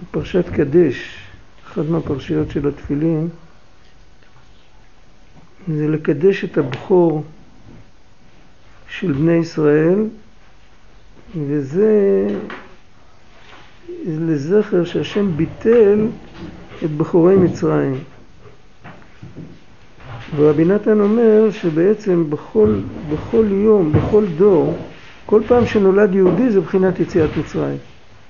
בפרשת קדש, אחת מהפרשיות של התפילין, זה לקדש את הבכור של בני ישראל, וזה לזכר שהשם ביטל את בכורי מצרים. ורבי נתן אומר שבעצם בכל יום, בכל דור, כל פעם שנולד יהודי זה בחינת יציאת מצרים.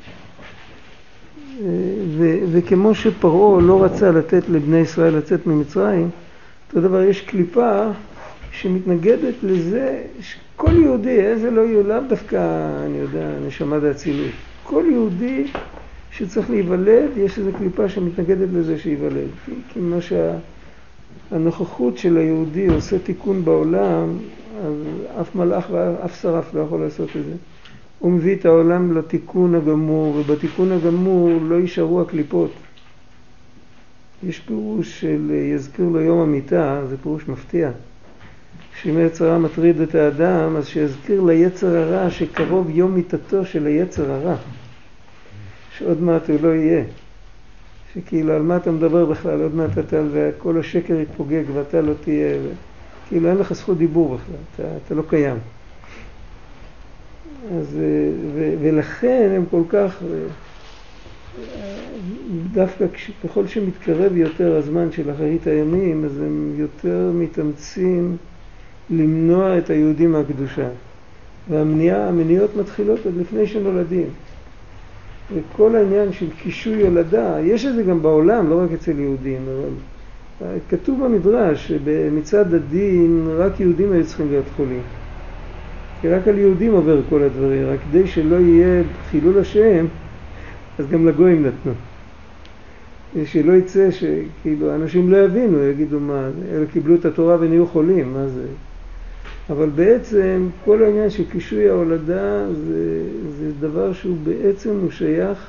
וכמו שפרעה לא רצה לתת לבני ישראל לצאת ממצרים, אותו דבר יש קליפה שמתנגדת לזה שכל יהודי, איזה לא יהיו, לאו דווקא, אני יודע, נשמה דאצילות. כל יהודי שצריך להיוולד, יש איזו קליפה שמתנגדת לזה שיוולד. כי מה שהנוכחות של היהודי עושה תיקון בעולם, אז אף מלאך ואף שרף לא יכול לעשות את זה. הוא מביא את העולם לתיקון הגמור, ובתיקון הגמור לא יישארו הקליפות. יש פירוש של יזכיר לו יום המיטה, זה פירוש מפתיע. שאם היצר הרע מטריד את האדם, אז שיזכיר ליצר הרע שקרוב יום מיטתו של היצר הרע. שעוד מעט הוא לא יהיה. שכאילו על מה אתה מדבר בכלל, עוד מעט אתה, וכל השקר יתפוגג ואתה לא תהיה. כאילו אין לך זכות דיבור בכלל, אתה לא קיים. אז, ולכן הם כל כך, דווקא ככל שמתקרב יותר הזמן של אחרית הימים, אז הם יותר מתאמצים למנוע את היהודים מהקדושה. והמניעות מתחילות עוד לפני שנולדים. וכל העניין של קישוי יולדה, יש את זה גם בעולם, לא רק אצל יהודים, אבל כתוב במדרש שבמצד הדין רק יהודים היו צריכים להיות חולים. כי רק על יהודים עובר כל הדברים, רק כדי שלא יהיה חילול השם, אז גם לגויים נתנו. שלא יצא שכאילו אנשים לא יבינו, יגידו מה, אלה קיבלו את התורה ונהיו חולים, מה זה? אבל בעצם כל העניין של קישוי ההולדה זה דבר שהוא בעצם הוא שייך,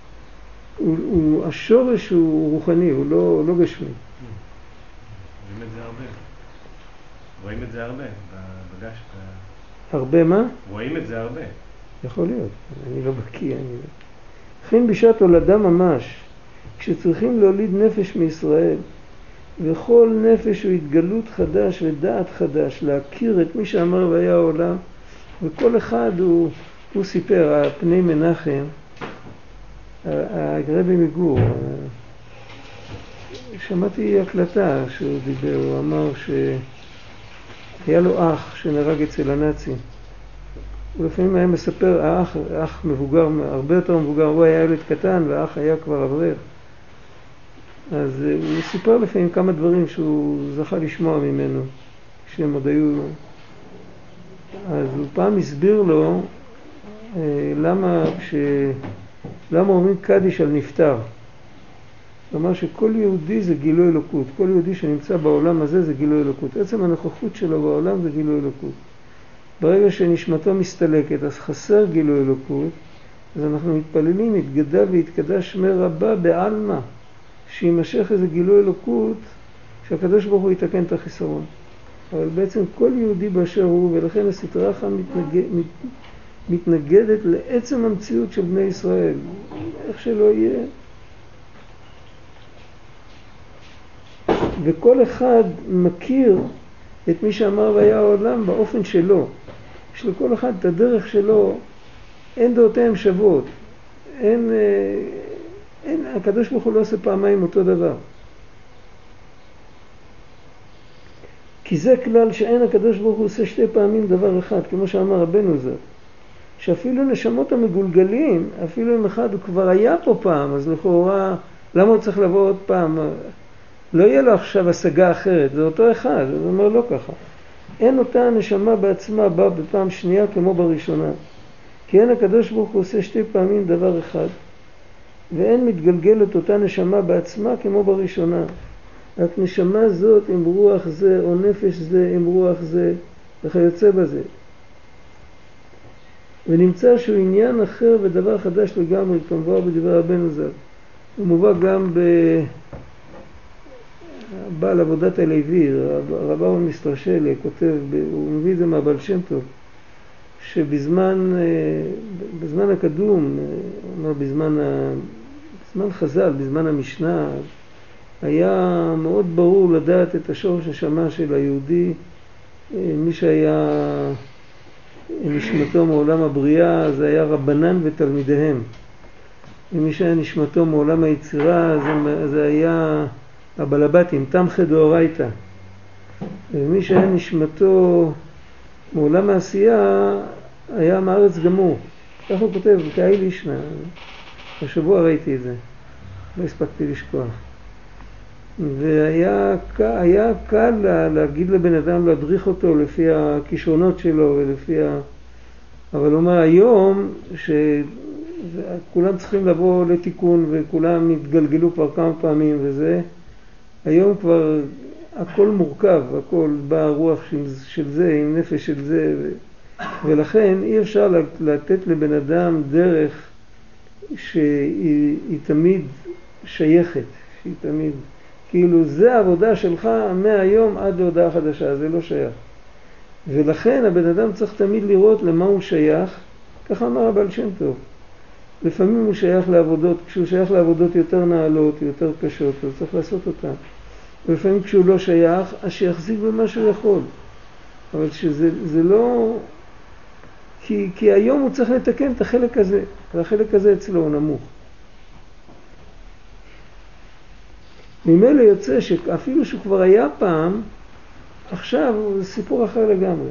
השורש הוא רוחני, הוא לא גשמי. רואים את זה הרבה. רואים את זה הרבה בגש. הרבה מה? רואים את זה הרבה. יכול להיות, אני לא בקיא. לכן בשעת הולדה ממש, כשצריכים להוליד נפש מישראל, וכל נפש הוא התגלות חדש ודעת חדש, להכיר את מי שאמר והיה העולם, וכל אחד הוא סיפר, פני מנחם, הרבי מגור, שמעתי הקלטה שהוא דיבר, הוא אמר שהיה לו אח שנהרג אצל הנאצים. ולפעמים היה מספר, האח מבוגר, הרבה יותר מבוגר, הוא היה ילד קטן והאח היה כבר אברך. אז הוא סיפר לפעמים כמה דברים שהוא זכה לשמוע ממנו, כשהם עוד היו. אז הוא פעם הסביר לו למה אומרים קדיש על נפטר. הוא אמר שכל יהודי זה גילוי אלוקות, כל יהודי שנמצא בעולם הזה זה גילוי אלוקות. עצם הנוכחות שלו בעולם זה גילוי אלוקות. ברגע שנשמתו מסתלקת, אז חסר גילוי אלוקות, אז אנחנו מתפללים, יתגדל ויתקדש שמי רבה בעלמא, שימשך איזה גילוי אלוקות, שהקדוש ברוך הוא יתקן את החיסרון. אבל בעצם כל יהודי באשר הוא, ולכן הסטרא אחרא מתנגדת לעצם המציאות של בני ישראל. איך שלא יהיה. וכל אחד מכיר את מי שאמר והיה העולם באופן שלו. יש לכל אחד את הדרך שלו, אין דעותיהם שוות. הקדוש ברוך הוא לא עושה פעמיים אותו דבר. כי זה כלל שאין הקדוש ברוך הוא עושה שתי פעמים דבר אחד, כמו שאמר רבנו זאת. שאפילו נשמות המגולגלים, אפילו אם אחד הוא כבר היה פה פעם, אז לכאורה, למה הוא צריך לבוא עוד פעם? לא יהיה לו עכשיו השגה אחרת, זה אותו אחד, אז הוא אומר לא ככה. אין אותה הנשמה בעצמה באה בפעם שנייה כמו בראשונה. כי אין הקדוש ברוך הוא עושה שתי פעמים דבר אחד. ואין מתגלגלת אותה נשמה בעצמה כמו בראשונה. רק נשמה זאת עם רוח זה, או נפש זה עם רוח זה, וכיוצא בזה. ונמצא שהוא עניין אחר ודבר חדש לגמרי, כמובן בדבר רבנו ז"ל. הוא מובא גם בעל עבודת הלוי, רב אהרון מסטרשלה, כותב, הוא מביא את זה מהבעל שם טוב, שבזמן הקדום, בזמן בזמן חז"ל, בזמן המשנה, היה מאוד ברור לדעת את השורש השמה של היהודי. מי שהיה נשמתו מעולם הבריאה זה היה רבנן ותלמידיהם. ומי שהיה נשמתו מעולם היצירה זה היה הבלבטים, תמחה דאורייתא. ומי שהיה נשמתו מעולם העשייה היה מארץ גמור. כך הוא כותב, כאי לישנה. השבוע ראיתי את זה, לא הספקתי לשכוח. והיה קל להגיד לבן אדם, להדריך אותו לפי הכישרונות שלו ולפי אבל הוא אומר היום שכולם צריכים לבוא לתיקון וכולם התגלגלו כבר כמה פעמים וזה, היום כבר הכל מורכב, הכל בא רוח של זה עם נפש של זה ולכן אי אפשר לתת לבן אדם דרך שהיא תמיד שייכת, שהיא תמיד כאילו זה העבודה שלך מהיום עד להודעה חדשה, זה לא שייך. ולכן הבן אדם צריך תמיד לראות למה הוא שייך, ככה אמר הבעל שם טוב. לפעמים הוא שייך לעבודות, כשהוא שייך לעבודות יותר נעלות, יותר קשות, הוא צריך לעשות אותן. ולפעמים כשהוא לא שייך, אז שיחזיק במה שהוא יכול. אבל שזה לא... כי היום הוא צריך לתקן את החלק הזה, והחלק הזה אצלו הוא נמוך. ממילא יוצא שאפילו שהוא כבר היה פעם, עכשיו זה סיפור אחר לגמרי.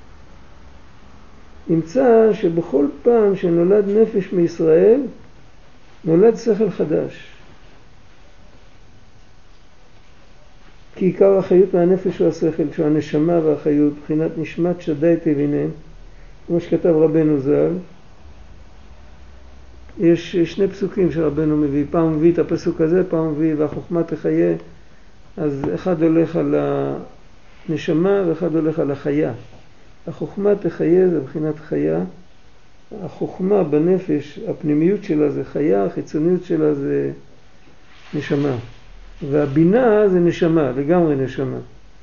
נמצא שבכל פעם שנולד נפש מישראל, נולד שכל חדש. כי עיקר החיות מהנפש הוא השכל, שהוא הנשמה והחיות, בחינת נשמת שדי תבינן, כמו שכתב רבנו ז"ל. יש שני פסוקים שרבנו מביא, פעם מביא את הפסוק הזה, פעם מביא והחוכמה תחיה, אז אחד הולך על הנשמה ואחד הולך על החיה. החוכמה תחיה זה בחינת חיה, החוכמה בנפש, הפנימיות שלה זה חיה, החיצוניות שלה זה נשמה, והבינה זה נשמה, לגמרי נשמה.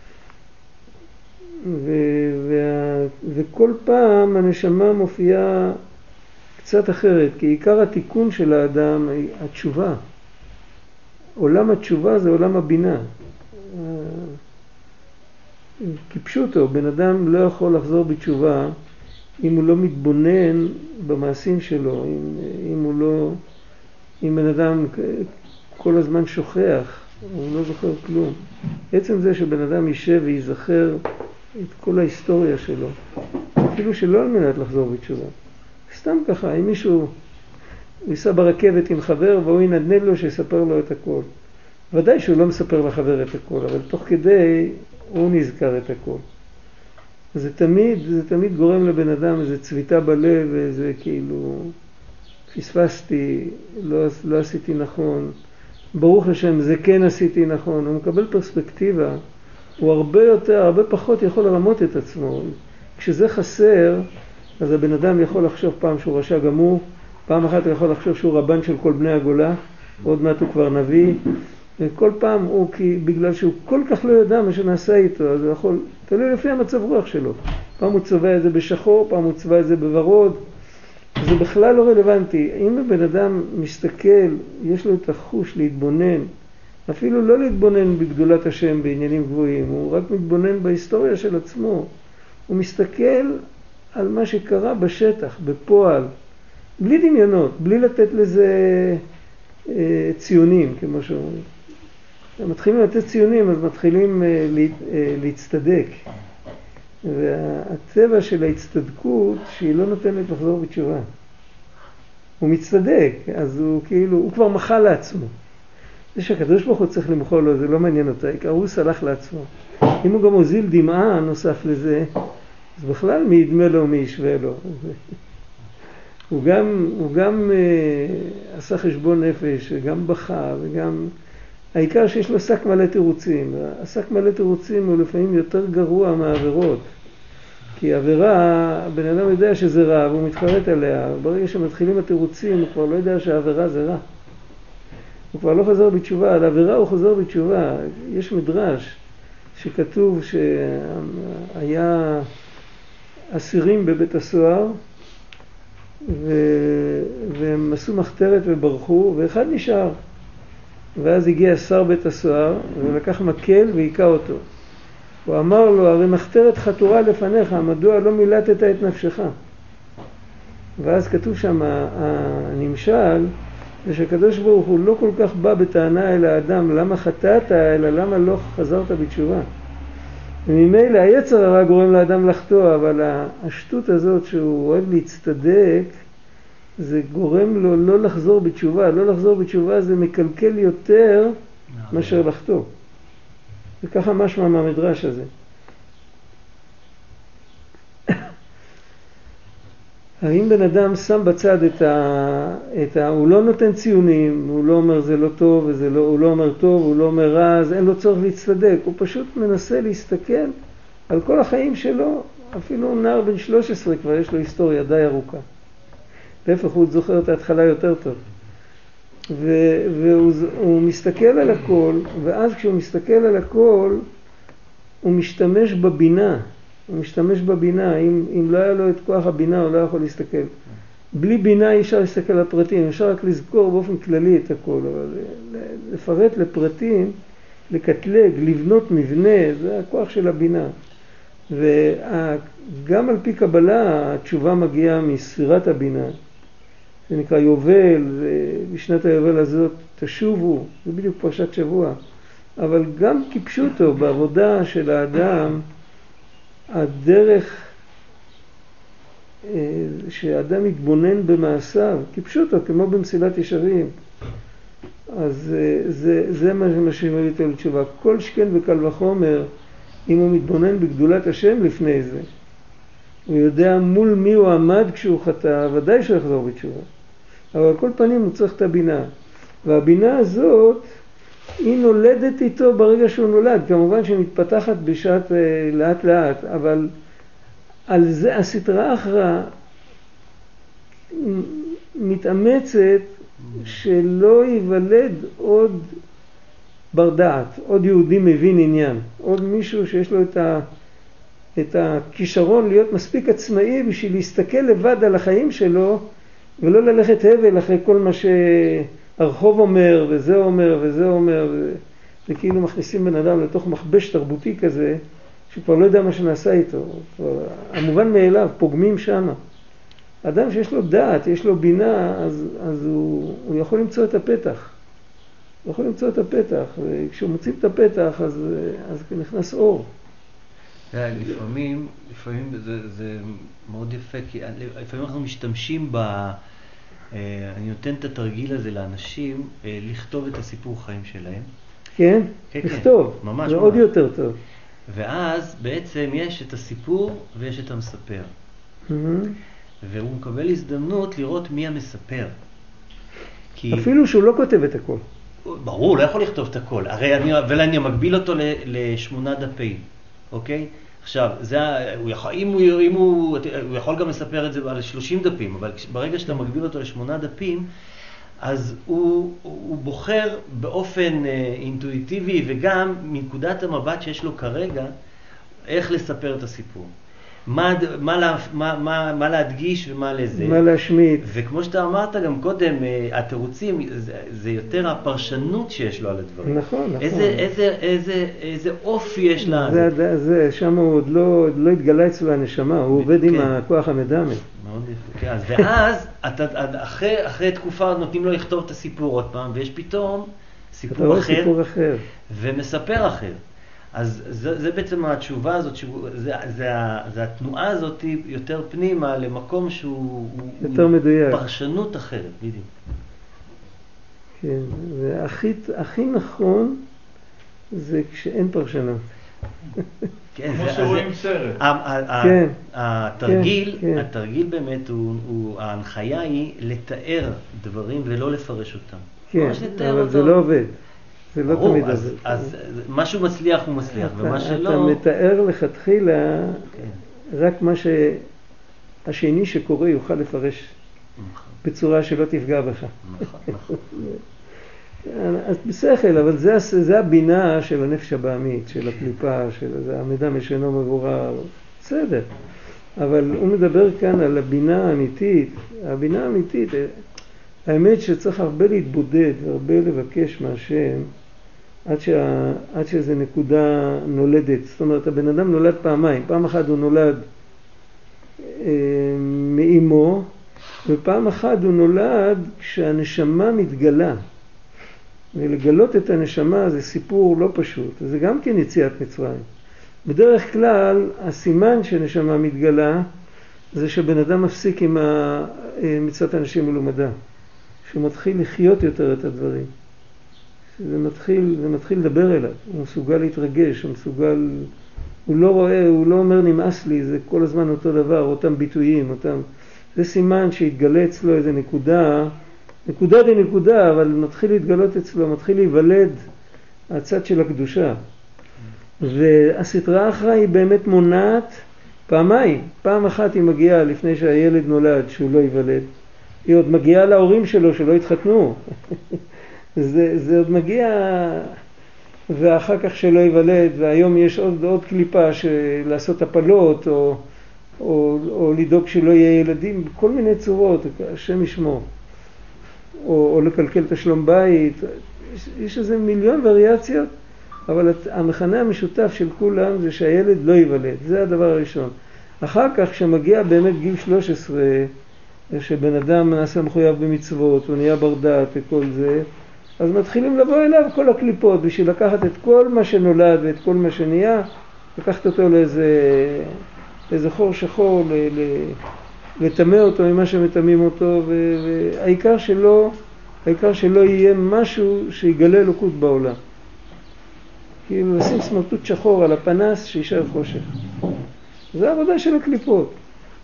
וכל פעם הנשמה מופיעה קצת אחרת, כי עיקר התיקון של האדם היא התשובה. עולם התשובה זה עולם הבינה. כי פשוטו, בן אדם לא יכול לחזור בתשובה אם הוא לא מתבונן במעשים שלו, אם בן אדם כל הזמן שוכח, הוא לא זוכר כלום. עצם זה שבן אדם יישב ויזכר את כל ההיסטוריה שלו, אפילו שלא על מנת לחזור בתשובה. סתם ככה, אם מישהו ייסע ברכבת עם חבר והוא ינדנד לו שיספר לו את הכל. ודאי שהוא לא מספר לחבר את הכל, אבל תוך כדי הוא נזכר את הכל. זה תמיד גורם לבן אדם איזו צביטה בלב, איזה כאילו פספסתי, לא עשיתי נכון, ברוך השם זה כן עשיתי נכון. הוא מקבל פרספקטיבה, הוא הרבה פחות יכול לרמות את עצמו. כשזה חסר, אז הבן אדם יכול לחשוב פעם שהוא רשע גמור, פעם אחת הוא יכול לחשוב שהוא רבן של כל בני הגולה, עוד מעט הוא כבר נביא, וכל פעם בגלל שהוא כל כך לא יודע מה שנעשה איתו, אז הוא יכול, תלוי לפי המצב רוח שלו. פעם הוא צובע את זה בשחור, פעם הוא צובע את זה בוורוד, זה בכלל לא רלוונטי. אם הבן אדם מסתכל, יש לו את החוש להתבונן, אפילו לא להתבונן בגדולת השם בעניינים גבוהים, הוא רק מתבונן בהיסטוריה של עצמו. הוא מסתכל על מה שקרה בשטח, בפועל, בלי דמיונות, בלי לתת לזה ציונים, כמו שאומרים. מתחילים לתת ציונים, אז מתחילים להצטדק. והטבע של ההצטדקות, שהיא לא נותנת לחזור בתשובה. הוא מצטדק, אז הוא כאילו, הוא כבר מחל לעצמו. זה שהקדוש ברוך הוא צריך למחול לו, זה לא מעניין אותה, הוא סלח לעצמו. אם הוא גם הוזיל דמעה נוסף לזה, אז בכלל מי ידמה לו, מי ישווה לו. הוא גם עשה חשבון נפש, וגם בכה, וגם... העיקר שיש לו שק מלא תירוצים. השק מלא תירוצים הוא לפעמים יותר גרוע מהעבירות. כי העבירה, הבן אדם יודע שזה רע, והוא מתחרט עליה. ברגע שמתחילים התירוצים, הוא כבר לא יודע שהעבירה זה רע. הוא כבר לא חזר בתשובה, על העבירה הוא חזר בתשובה. יש מדרש שכתוב שהיה אסירים בבית הסוהר, והם ועשו מחתרת וברחו, ואחד נשאר. ואז הגיע שר בית הסוהר, ולקח מקל והיכה אותו. הוא אמר לו, הרי מחתרת חתורה לפניך, מדוע לא מילטת את נפשך? ואז כתוב שם, הנמשל, זה שהקדוש ברוך הוא לא כל כך בא בטענה אל האדם, למה חטאת, אלא למה לא חזרת בתשובה. וממילא היצר הרע גורם לאדם לחטוא, אבל השטות הזאת שהוא אוהב להצטדק, זה גורם לו לא לחזור בתשובה. לא לחזור בתשובה זה מקלקל יותר מאשר לחטוא. וככה משמע מהמדרש הזה. האם בן אדם שם בצד הוא לא נותן ציונים, הוא לא אומר זה לא טוב, הוא לא אומר טוב, הוא לא אומר רע, אז אין לו צורך להצטדק. הוא פשוט מנסה להסתכל על כל החיים שלו. אפילו נער בן 13 כבר יש לו היסטוריה די ארוכה. להפך, הוא זוכר את ההתחלה יותר טוב. והוא מסתכל על הכל, ואז כשהוא מסתכל על הכל, הוא משתמש בבינה. הוא משתמש בבינה. אם לא היה לו את כוח הבינה, הוא לא יכול להסתכל. בלי בינה אי אפשר להסתכל על פרטים, אפשר רק לזכור באופן כללי את הכל, אבל לפרט לפרטים, לקטלג, לבנות מבנה, זה הכוח של הבינה. וגם על פי קבלה, התשובה מגיעה מספירת הבינה. זה נקרא יובל, ובשנת היובל הזאת תשובו, זה בדיוק פרשת שבוע. אבל גם כפשוטו, בעבודה של האדם, הדרך שהאדם יתבונן במעשיו, כפשוטו, כמו במסילת ישרים, אז זה מה שמביא אותו לתשובה. כל שכן וקל וחומר, אם הוא מתבונן בגדולת השם לפני זה, הוא יודע מול מי הוא עמד כשהוא חטא, ודאי שהוא יחזור בתשובה. אבל על כל פנים הוא צריך את הבינה. והבינה הזאת, היא נולדת איתו ברגע שהוא נולד. כמובן שהיא מתפתחת בשעת לאט לאט, אבל על זה הסתרה אחרא מתאמצת שלא ייוולד עוד בר דעת, עוד יהודי מבין עניין, עוד מישהו שיש לו את הכישרון להיות מספיק עצמאי בשביל להסתכל לבד על החיים שלו, ולא ללכת הבל אחרי כל מה שהרחוב אומר, וזה אומר, וזה אומר, וכאילו מכניסים בן אדם לתוך מכבש תרבותי כזה, שכבר לא יודע מה שנעשה איתו. המובן מאליו, פוגמים שמה. אדם שיש לו דעת, יש לו בינה, אז הוא יכול למצוא את הפתח. הוא יכול למצוא את הפתח, וכשהוא מוציא את הפתח, אז נכנס אור. לפעמים זה מאוד יפה, כי לפעמים אנחנו משתמשים אני נותן את התרגיל הזה לאנשים, לכתוב את הסיפור חיים שלהם. כן? לכתוב. ממש. זה עוד יותר טוב. ואז בעצם יש את הסיפור ויש את המספר. והוא מקבל הזדמנות לראות מי המספר. אפילו שהוא לא כותב את הכל. ברור, הוא לא יכול לכתוב את הכל. הרי אני מגביל אותו ל8 דפים. אוקיי? עכשיו, הוא יכול גם לספר את זה על 30 דפים, אבל ברגע שאתה מגביל אותו ל8 דפים, אז הוא בוחר באופן אינטואיטיבי וגם מנקודת המבט שיש לו כרגע, איך לספר את הסיפור. מה להדגיש ומה לזה. מה להשמיט. וכמו שאתה אמרת גם קודם, התירוצים, זה יותר הפרשנות שיש לו על הדברים. נכון. איזה אופי יש לה. זה, שם הוא עוד לא התגלה אצלו הנשמה, הוא עובד עם הכוח המדמה. מאוד יפה. ואז, אחרי תקופה נותנים לו לכתוב את הסיפור עוד פעם, ויש פתאום סיפור אחר, ומספר אחר. אז זה בעצם התשובה הזאת, זה התנועה הזאת יותר פנימה למקום שהוא יותר מדויק. פרשנות אחרת, בדיוק. כן, והכי נכון זה כשאין פרשנות. כמו שרואים סרט. התרגיל באמת, ההנחיה היא לתאר דברים ולא לפרש אותם. כן, אבל זה לא עובד. זה לא תמיד עובד. אז משהו מצליח הוא מצליח, ומה שלא... אתה מתאר לכתחילה רק מה שהשני שקורא יוכל לפרש בצורה שלא תפגע בך. נכון. אז בשכל, אבל זה הבינה של הנפש הבעמית, של הקליפה, של המדמה שאינו מבורר, בסדר. אבל הוא מדבר כאן על הבינה האמיתית. הבינה האמיתית, האמת שצריך הרבה להתבודד והרבה לבקש מהשם עד שזה נקודה נולדת. זאת אומרת, הבן אדם נולד פעמיים. פעם אחת הוא נולד מאימו, ופעם אחת הוא נולד כשהנשמה מתגלה. ולגלות את הנשמה זה סיפור לא פשוט. זה גם כן יציאת מצרים. בדרך כלל, הסימן שנשמה מתגלה זה שבן אדם מפסיק עם מצוות אנשים מלומדה. שהוא מתחיל לחיות יותר את הדברים. זה מתחיל לדבר אליו. הוא מסוגל להתרגש, הוא לא רואה, הוא לא אומר נמאס לי, זה כל הזמן אותו דבר, אותם ביטויים, זה סימן שהתגלה אצלו איזה נקודה, אבל מתחיל להתגלות אצלו, מתחיל להיוולד הצד של הקדושה. והסתרה אחרא היא באמת מונעת פעמיים. פעם אחת היא מגיעה לפני שהילד נולד, שהוא לא ייוולד. היא עוד מגיעה להורים שלו שלא התחתנו. זה עוד מגיע, ואחר כך שלא ייוולד, והיום יש עוד קליפה של לעשות הפלות, או לדאוג שלא יהיה ילדים, בכל מיני צורות, השם ישמור. או לקלקל את השלום בית. יש איזה מיליון וריאציות, אבל המכנה המשותף של כולם זה שהילד לא ייוולד. זה הדבר הראשון. אחר כך, כשמגיע באמת גיל 13, שבן אדם נעשה מחויב במצוות, הוא נהיה בר דעת וכל זה, אז מתחילים לבוא אליו כל הקליפות, בשביל לקחת את כל מה שנולד ואת כל מה שנהיה, לקחת אותו לאיזה חור שחור, לטמא אותו ממה שמטמאים אותו, והעיקר שלא יהיה משהו שיגלה אלוקות בעולם. כאילו לשים סמרטוט שחור על הפנס שישאר חושך. זה העבודה של הקליפות.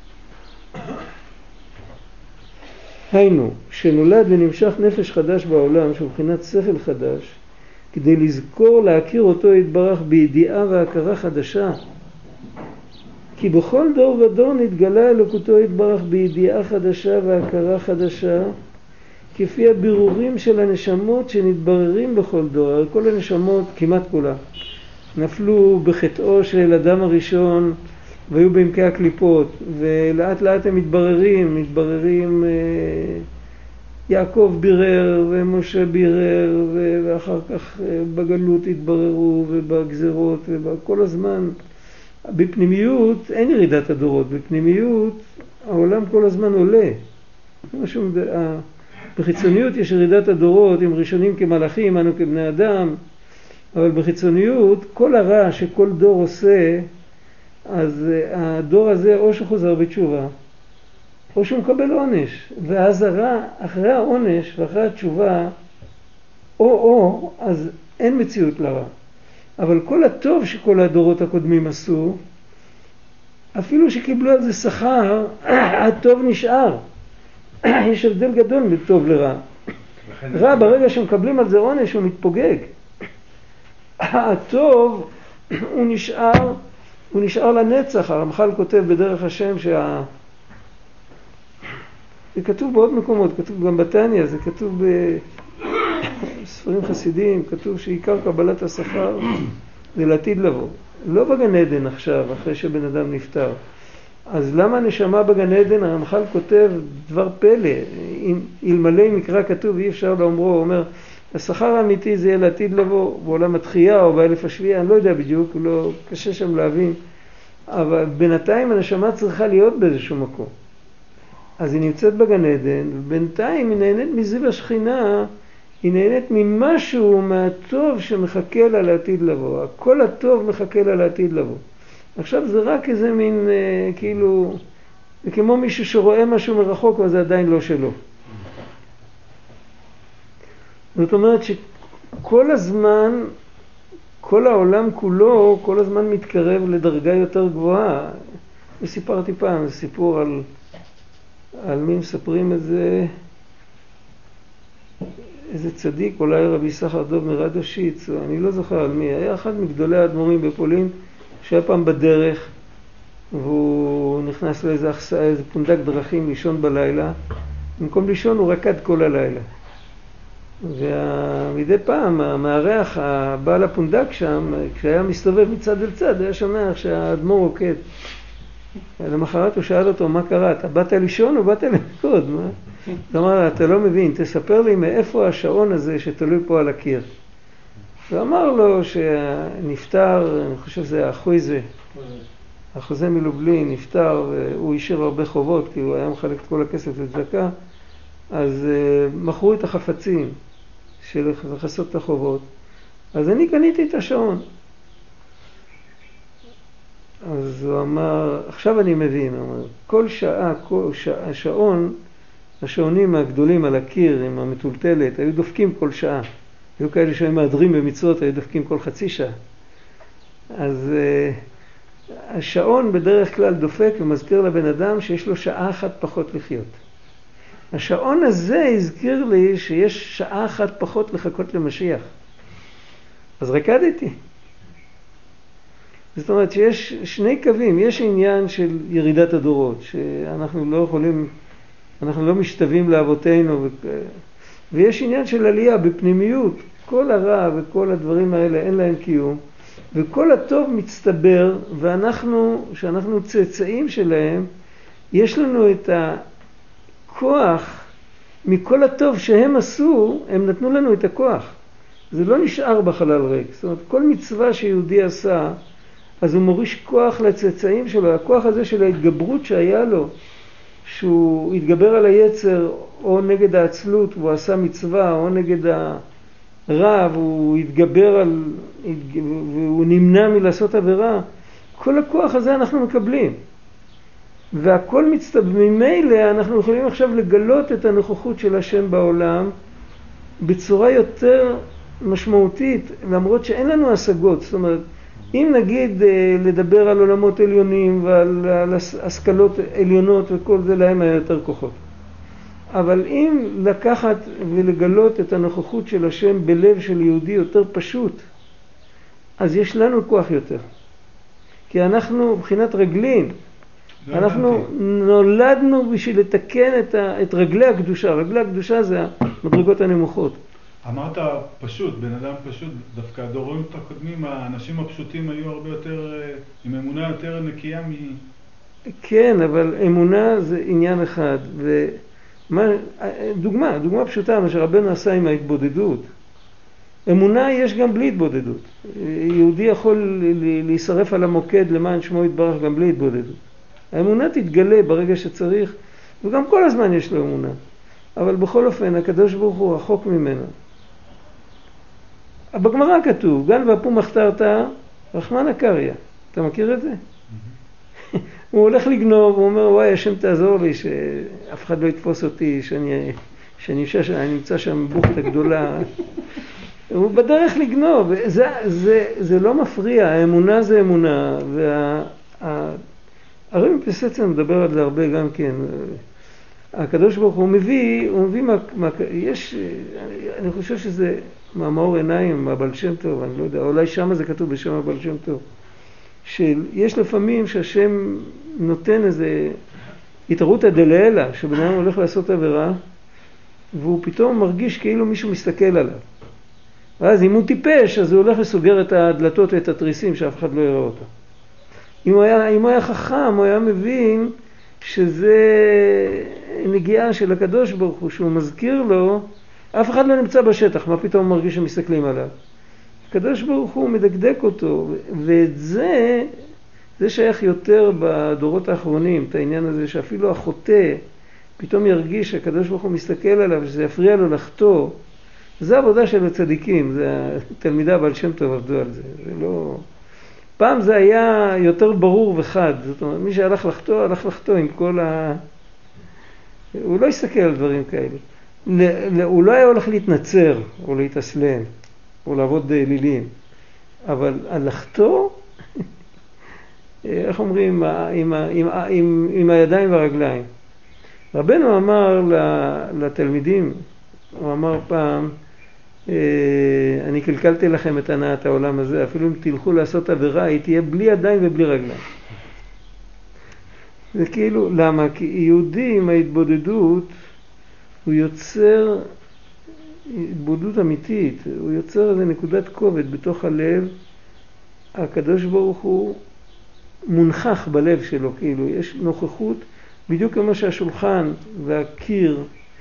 היינו, שנולד ונמשך נפש חדש בעולם, שהוא מבחינת שכל חדש, כדי לזכור להכיר אותו יתברך בידיעה והכרה חדשה. כי בכל דור ודור נתגלה אלוקותו יתברך בידיעה חדשה והכרה חדשה, כפי הבירורים של הנשמות שנתבררים בכל דור. כל הנשמות, כמעט כולה, נפלו בחטאו של אדם הראשון, והיו בעמקי הקליפות, ולאט לאט הם מתבררים, יעקב בירר ומשה בירר, ואחר כך בגלות התבררו ובגזרות, וכל הזמן בפנימיות אין ירידת הדורות, בפנימיות העולם כל הזמן עולה. בחיצוניות יש ירידת הדורות, עם ראשונים כמלאכים, אנו כבני אדם, אבל בחיצוניות כל הרע שכל דור עושה, אז הדור הזה או שחוזר בתשובה, או שהוא מקבל עונש, ואז הרע אחרי העונש ואחרי התשובה, אז אין מציאות לרע. אבל כל הטוב שכל הדורות הקודמים עשו, אפילו שקיבלו על זה שכר, הטוב נשאר. יש הבדל גדול מטוב לרע. רע ברגע שמקבלים על זה עונש הוא מתפוגג. הטוב הוא נשאר לנצח. הרמח"ל כותב בדרך השם זה כתוב בעוד מקומות, כתוב גם בתניא, זה כתוב בספרים חסידים, כתוב שעיקר קבלת השכר זה לעתיד לבוא. לא בגן עדן עכשיו, אחרי שבן אדם נפטר. אז למה נשמה בגן עדן? הרמח"ל כותב דבר פלא, אלמלא מקרא כתוב אי אפשר לאומרו, הוא אומר, השכר האמיתי זה יהיה לעתיד לבוא, בעולם התחייה או באלף השביעי, אני לא יודע בדיוק, לא קשה שם להבין, אבל בינתיים הנשמה צריכה להיות באיזשהו מקום. אז היא נמצאת בגן עדן, ובינתיים היא נהנית מזיו השכינה, היא נהנית ממשהו מהטוב שמחכה לה לעתיד לבוא. הכל הטוב מחכה לה לעתיד לבוא. עכשיו זה רק איזה מין, כאילו, זה כמו מישהו שרואה משהו מרחוק, אבל זה עדיין לא שלו. זאת אומרת שכל הזמן, כל העולם כולו, כל הזמן מתקרב לדרגה יותר גבוהה. וסיפרתי פעם, זה סיפור על מי מספרים את זה, איזה צדיק, אולי רבי יששכר דוב מרדושיץ, אני לא זוכר על מי, היה אחד מגדולי האדמו"רים בפולין, שהיה פעם בדרך, והוא נכנס לאיזה פונדק דרכים לישון בלילה, במקום לישון הוא רקד כל הלילה. ומדי פעם המארח, הבעל הפונדק שם, כשהיה מסתובב מצד אל צד, היה שומע שהאדמו"ר רוקד. למחרת הוא שאל אותו, מה קרה? אתה באת לישון או באת לרקוד? מה? זאת אומרת, אתה לא מבין, תספר לי מאיפה השעון הזה שתלוי פה על הקיר. ואמר לו שנפטר, אני חושב שזה החוזה מלובלין, נפטר, הוא השאיר הרבה חובות, כי הוא היה מחלק את כל הכסף לצדקה, אז מכרו את החפצים של לכסות את החובות. אז אני קניתי את השעון. אז הוא אמר, עכשיו אני מבין, הוא אמר, כל שעה, השעונים הגדולים על הקיר עם המטולטלת, היו דופקים כל שעה. היו כאלה שהיו מהדרים במצוות, היו דופקים כל חצי שעה. אז השעון בדרך כלל דופק ומזכיר לבן אדם שיש לו שעה אחת פחות לחיות. השעון הזה הזכיר לי שיש שעה אחת פחות לחכות למשיח. אז רקדתי. זאת אומרת שיש שני קווים, יש עניין של ירידת הדורות, שאנחנו לא יכולים, אנחנו לא משתווים לאבותינו, ויש עניין של עלייה בפנימיות, כל הרע וכל הדברים האלה אין להם קיום, וכל הטוב מצטבר, ואנחנו, שאנחנו צאצאים שלהם, יש לנו את הכוח, מכל הטוב שהם עשו, הם נתנו לנו את הכוח. זה לא נשאר בחלל ריק. זאת אומרת, כל מצווה שיהודי עשה, אז הוא מוריש כוח לצאצאים שלו. הכוח הזה של ההתגברות שהיה לו, שהוא התגבר על היצר או נגד העצלות והוא עשה מצווה, או נגד הרע והוא התגבר על, והוא נמנע מלעשות עבירה, כל הכוח הזה אנחנו מקבלים. והכל מצטבר, ממילא אנחנו יכולים עכשיו לגלות את הנוכחות של השם בעולם בצורה יותר משמעותית, למרות שאין לנו השגות. זאת אומרת, אם נגיד לדבר על עולמות עליונים ועל השכלות עליונות וכל זה, להם היה יותר כוחות. אבל אם לקחת ולגלות את הנוכחות של השם בלב של יהודי יותר פשוט, אז יש לנו כוח יותר. כי אנחנו מבחינת רגלין, אנחנו נולדנו בשביל לתקן את רגלי הקדושה. רגלי הקדושה זה המדרגות הנמוכות. אמרת פשוט, בן אדם פשוט, דווקא הדורות הקודמים, האנשים הפשוטים היו הרבה יותר, עם אמונה יותר נקייה כן, אבל אמונה זה עניין אחד. דוגמה פשוטה, מה שרבנו עשה עם ההתבודדות. אמונה יש גם בלי התבודדות. יהודי יכול להישרף על המוקד למען שמו יתברך גם בלי התבודדות. האמונה תתגלה ברגע שצריך, וגם כל הזמן יש לו אמונה. אבל בכל אופן, הקדוש ברוך הוא רחוק ממנו. בגמרא כתוב, גן ואפום החתרת, רחמנא קריא. אתה מכיר את זה? הוא הולך לגנוב, הוא אומר, וואי, השם תעזור לי, שאף אחד לא יתפוס אותי, שאני נמצא שם בוכתה גדולה. הוא בדרך לגנוב. זה לא מפריע, האמונה זה אמונה, הרבי מפלסצן מדבר על זה הרבה גם כן. הקדוש ברוך הוא מביא אני חושב שזה מאמר עיניים, מהבעל שם טוב, אני לא יודע, אולי שם זה כתוב בשם הבעל שם טוב, שיש לפעמים שהשם נותן איזה התערותא דלעילא, שבן אדם הולך לעשות עבירה, והוא פתאום מרגיש כאילו מישהו מסתכל עליו. ואז אם הוא טיפש, אז הוא הולך לסוגר את הדלתות ואת התריסים, שאף אחד לא יראה אותה. אם הוא היה חכם, הוא היה מבין שזה נגיעה של הקדוש ברוך הוא, שהוא מזכיר לו, אף אחד לא נמצא בשטח, מה פתאום הוא מרגיש שמסתכלים עליו? הקדוש ברוך הוא מדקדק אותו, ואת זה שייך יותר בדורות האחרונים, את העניין הזה שאפילו החוטא פתאום ירגיש שהקדוש ברוך הוא מסתכל עליו, שזה יפריע לו לחטוא. זה עבודה של הצדיקים, זה תלמידי הבעל שם טוב עבדו על זה, זה לא... פעם זה היה יותר ברור וחד, זאת אומרת, מי שהלך לחטוא, הלך לחטוא עם כל הוא לא יסתכל על דברים כאלה. הוא לא היה הולך להתנצר, או להתאסלם, או לעבוד לילים. אבל על לחטוא, איך אומרים, עם הידיים והרגליים. רבנו אמר לתלמידים, הוא אמר פעם, אני קלקלתי לכם את הנעת העולם הזה, אפילו אם תלכו לעשות עבירה, היא תהיה בלי ידיים ובלי רגליים. זה כאילו, למה? כי יהודי עם ההתבודדות, הוא יוצר התבודדות אמיתית, הוא יוצר איזו נקודת כובד בתוך הלב, הקדוש ברוך הוא מונחח בלב שלו, כאילו, יש נוכחות, בדיוק כמו שהשולחן והקיר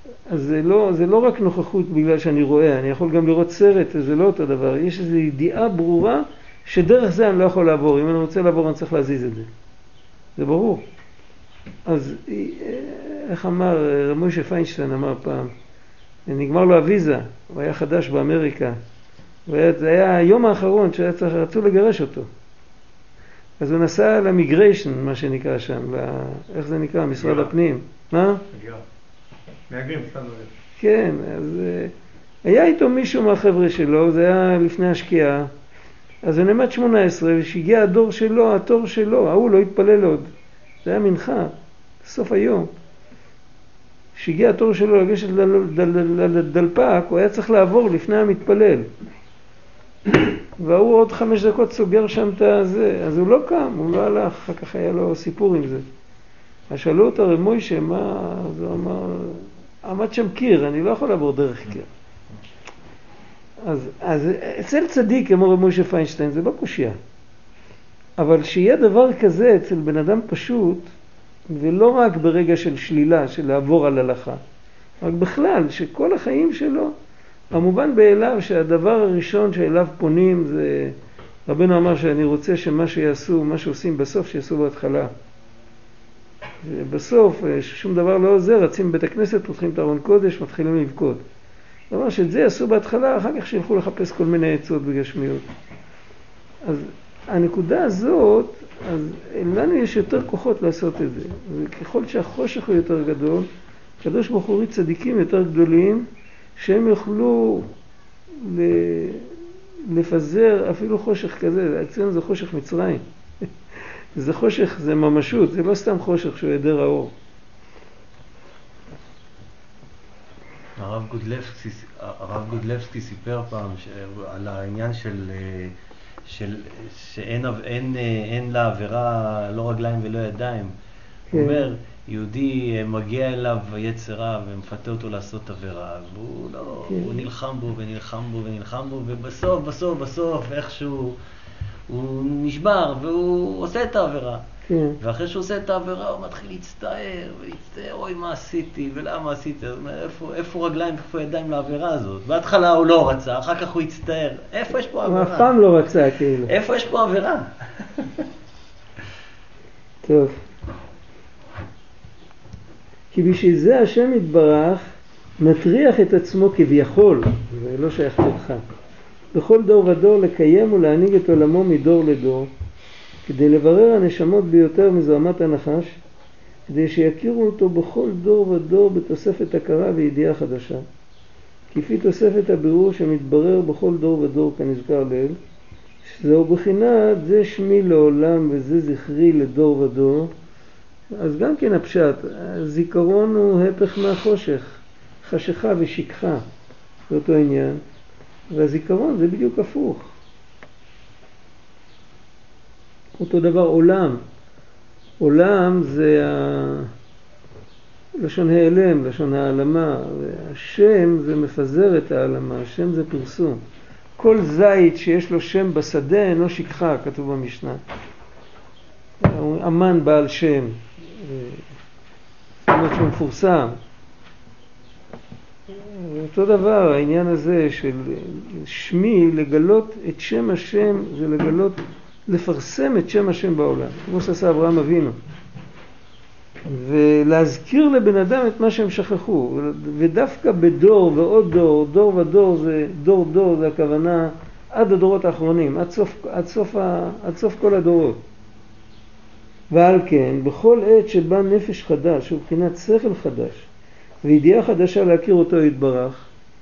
אז זה לא רק נוכחות בגלל שאני רואה, אני יכול גם לראות סרט, זה לא אותו דבר. יש איזו ידיעה ברורה שדרך זה אני לא יכול לעבור. אם אני רוצה לעבור אני צריך להזיז את זה. זה ברור. אז איך אמר, משה פיינשטיין אמר פעם, נגמר לו הוויזה, הוא היה חדש באמריקה. זה היה היום האחרון שרצו לגרש אותו. אז הוא נסע למיגריישן, מה שנקרא שם, איך זה נקרא? משרד הפנים. מה? מהגרים, סתם לא. כן, אז היה איתו מישהו מהחבר'ה שלו, זה היה לפני השקיעה, אז הוא נעמד 18, ושהגיע הדור שלו, התור שלו, ההוא לא התפלל עוד. זה היה מנחה, סוף היום. כשהגיע התור שלו לגשת לדלפק, הוא היה צריך לעבור לפני המתפלל. והוא עוד 5 דקות סוגר שם את הזה, אז הוא לא קם, הוא לא הלך, אחר כך היה לו סיפור עם זה. אז שאלו אותו, הרי מוישה, מה? אז הוא אמר, עמד שם קיר, אני לא יכול לעבור דרך קיר. אז אצל צדיק, כמו רב מוישה פיינשטיין, זה לא קושיה. אבל שיהיה דבר כזה אצל בן אדם פשוט, ולא רק ברגע של שלילה, של לעבור על הלכה, רק בכלל, שכל החיים שלו, המובן באליו שהדבר הראשון שאליו פונים זה, רבנו אמר שאני רוצה שמה שיעשו, מה שעושים בסוף, שיעשו בהתחלה. בסוף, שום דבר לא עוזר, רצים בבית הכנסת, פותחים את ארון קודש, מתחילים לבכות. זאת אומרת שאת זה יעשו בהתחלה, אחר כך שילכו לחפש כל מיני עצות בגשמיות. אז הנקודה הזאת, אז לנו יש יותר כוחות לעשות את זה. וככל שהחושך הוא יותר גדול, קדוש ברוך הוא הוריד צדיקים יותר גדולים, שהם יוכלו לפזר אפילו חושך כזה, אצלנו זה חושך מצרים. זה חושך, זה ממשות, זה לא סתם חושך שהוא היעדר האור. הרב גודלבסקי סיפר פעם על העניין שאין לה עבירה לא רגליים ולא ידיים. הוא אומר, יהודי מגיע אליו יצר רע ומפתה אותו לעשות עבירה, והוא לא, הוא נלחם בו ונלחם בו ונלחם בו, ובסוף איכשהו הוא נשבר והוא עושה את העבירה. ואחרי שהוא עושה את העבירה הוא מתחיל להצטער ולהצטער, אוי מה עשיתי ולמה עשיתי, אז איפה רגליים ואיפה ידיים לעבירה הזאת? בהתחלה הוא לא רצה, אחר כך הוא הצטער, איפה יש פה עבירה? הוא אף פעם לא רצה כאילו. איפה יש פה עבירה? טוב. כי בשביל זה השם יתברך מטריח את עצמו כביכול, זה לא שייך לך, בכל דור ודור לקיים ולהנהיג את עולמו מדור לדור, כדי לברר הנשמות ביותר מזוהמת הנחש, כדי שיכירו אותו בכל דור ודור בתוספת הכרה וידיעה חדשה. כפי תוספת הבירור שמתברר בכל דור ודור כנזכר לעיל, שזהו בחינת זה שמי לעולם וזה זכרי לדור ודור. אז גם כן הפשט, הזיכרון הוא הפך מהחושך, חשיכה ושכחה, זה אותו עניין, והזיכרון זה בדיוק הפוך. אותו דבר עולם. עולם זה לשון העלם, לשון העלמה. השם זה מפזר את העלמה, השם זה פרסום. כל זית שיש לו שם בשדה אינו שכחה, כתוב במשנה. אמן בעל שם. זאת אומרת שהוא מפורסם. אותו דבר, העניין הזה של שמי, לגלות את שם השם, זה לגלות, לפרסם את שם השם בעולם, כמו שעשה אברהם אבינו. ולהזכיר לבן אדם את מה שהם שכחו. ודווקא בדור ועוד דור, דור ודור זה, דור זה הכוונה עד הדורות האחרונים, עד סוף כל הדורות. ועל כן, בכל עת שבה נפש חדש, הוא בחינת שכל חדש, וידיעה חדשה להכיר אותו יתברך,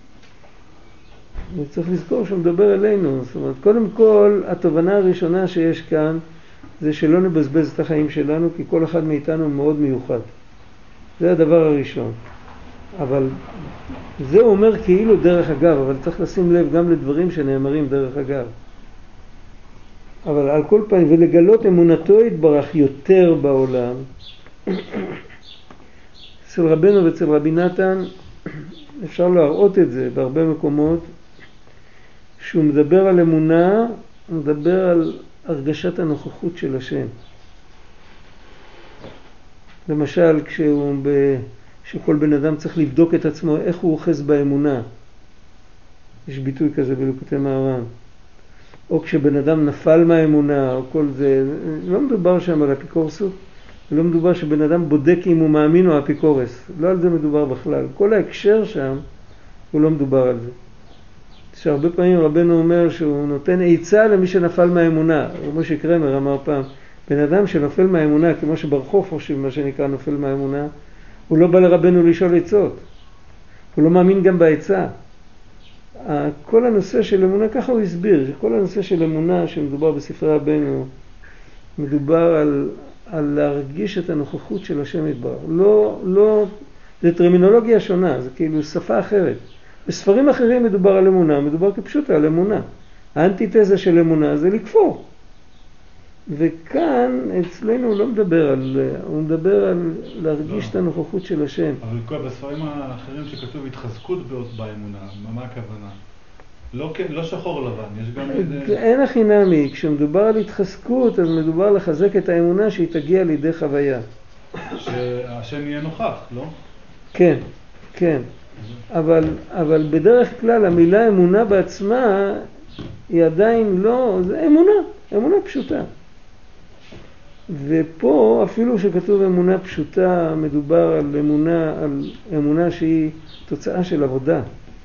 וצריך לזכור שהוא מדבר אלינו. זאת אומרת, קודם כל, התובנה הראשונה שיש כאן, זה שלא נבזבז את החיים שלנו, כי כל אחד מאיתנו מאוד מיוחד. זה הדבר הראשון. אבל זה אומר כאילו דרך אגב, אבל צריך לשים לב גם לדברים שנאמרים דרך אגב. אבל על כל פעם, ולגלות אמונתו יתברך יותר בעולם, אצל רבנו ואצל רבי נתן, אפשר להראות את זה בהרבה מקומות, שהוא מדבר על אמונה, הוא מדבר על הרגשת הנוכחות של השם. למשל, כשהוא שכל בן אדם צריך לבדוק את עצמו איך הוא אוחז באמונה. יש ביטוי כזה בליקוטי מהר"ן. או כשבן אדם נפל מהאמונה, או כל זה, לא מדובר שם על אפיקורסות, לא מדובר שבן אדם בודק אם הוא מאמין או אפיקורס. לא על זה מדובר בכלל. כל ההקשר שם, הוא לא מדובר על זה. שהרבה פעמים רבנו אומר שהוא נותן עצה למי שנפל מהאמונה. משה קרמר אמר פעם, בן אדם שנופל מהאמונה, כמו שברחוב חושב מה שנקרא נופל מהאמונה, הוא לא בא לרבנו לשאול עצות. הוא לא מאמין גם בעצה. כל הנושא של אמונה, ככה הוא הסביר, שכל הנושא של אמונה שמדובר בספרי רבנו, מדובר על להרגיש את הנוכחות של השם יתברך. לא, זה טרמינולוגיה שונה, זה כאילו שפה אחרת. בספרים אחרים מדובר על אמונה, מדובר כפשוט על אמונה. האנטיתזה של אמונה זה לכפור. וכאן אצלנו הוא לא מדבר על, הוא מדבר על להרגיש את הנוכחות של השם. אבל כל בספרים האחרים שכתוב התחזקות באמונה, מה הכוונה? לא שחור לבן, יש גם איזה... אין הכי נמי, כשמדובר על התחזקות אז מדובר לחזק את האמונה שהיא תגיע לידי חוויה. שהשם יהיה נוכח, לא? כן, כן. אבל בדרך כלל המילה אמונה בעצמה היא עדיין לא, זה אמונה פשוטה. ופה אפילו שכתוב אמונה פשוטה, מדובר על אמונה שהיא תוצאה של עבודה,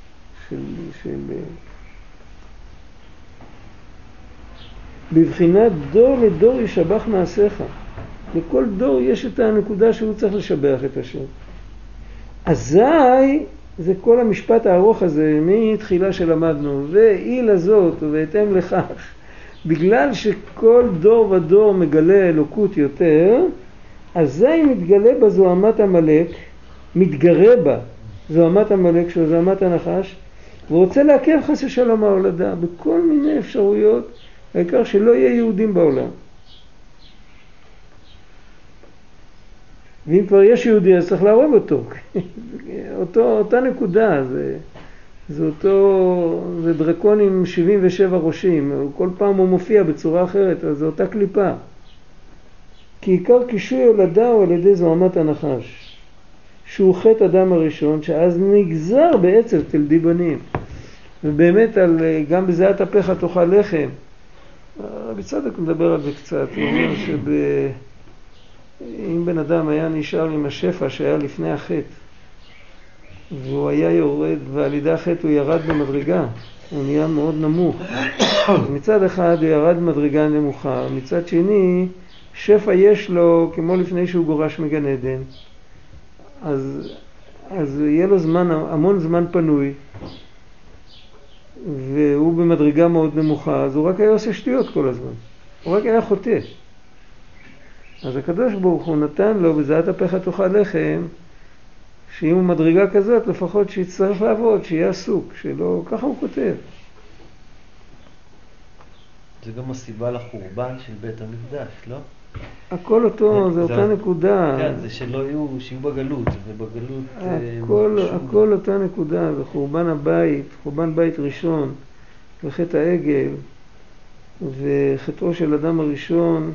בבחינת דור לדור ישבח מעשיך. לכל דור יש את הנקודה שהוא צריך לשבח את השם. אזי זה כל המשפט הארוך הזה מתחילה שלמדנו, ואי לזאת ובהתאם לכך, בגלל שכל דור ודור מגלה אלוקות יותר, אזי מתגלה בה זוהמת המלאק, מתגרה בה זוהמת המלאק, שהוא זוהמת הנחש, ורוצה לעכב חס ושלום ההולדה בכל מיני אפשרויות, העיקר שלא יהיה יהודים בעולם. ואם כבר יש יהודי אז צריך להרוג אותו. אותה נקודה, זה דרקון עם 77 ראשים, כל פעם הוא מופיע בצורה אחרת, אז זו אותה קליפה. כי עיקר קישוי הולדה הוא על ידי זוהמת הנחש, שהוא חטא אדם הראשון, שאז נגזר בעצם תלדי בנים. ובאמת גם בזיעת אפיך תאכל לחם. רבי צדוק מדבר על זה קצת, הוא אומר אם בן אדם היה נשאר עם השפע שהיה לפני החטא, והוא היה יורד, ועל ידי החטא הוא ירד במדרגה, הוא נהיה מאוד נמוך. מצד אחד הוא ירד במדרגה נמוכה, מצד שני, שפע יש לו כמו לפני שהוא גורש מגן עדן. אז יהיה לו המון זמן פנוי, והוא במדרגה מאוד נמוכה, אז הוא רק היה עושה שטויות כל הזמן. הוא רק היה חוטא. אז הקדוש ברוך הוא נתן לו בזיעת אפיך תאכל לחם, שאם הוא מדרגה כזאת, לפחות שיצטרף לעבוד, שיהיה עסוק, שלא, ככה הוא כותב. זה גם הסיבה לחורבן של בית המקדש, לא? הכל אותו, זה אותה נקודה. כן, זה שלא שיהיו בגלות, ובגלות... הכל אותה נקודה, זה חורבן הבית, חורבן בית ראשון, וחטא העגל, וחטאו של אדם הראשון,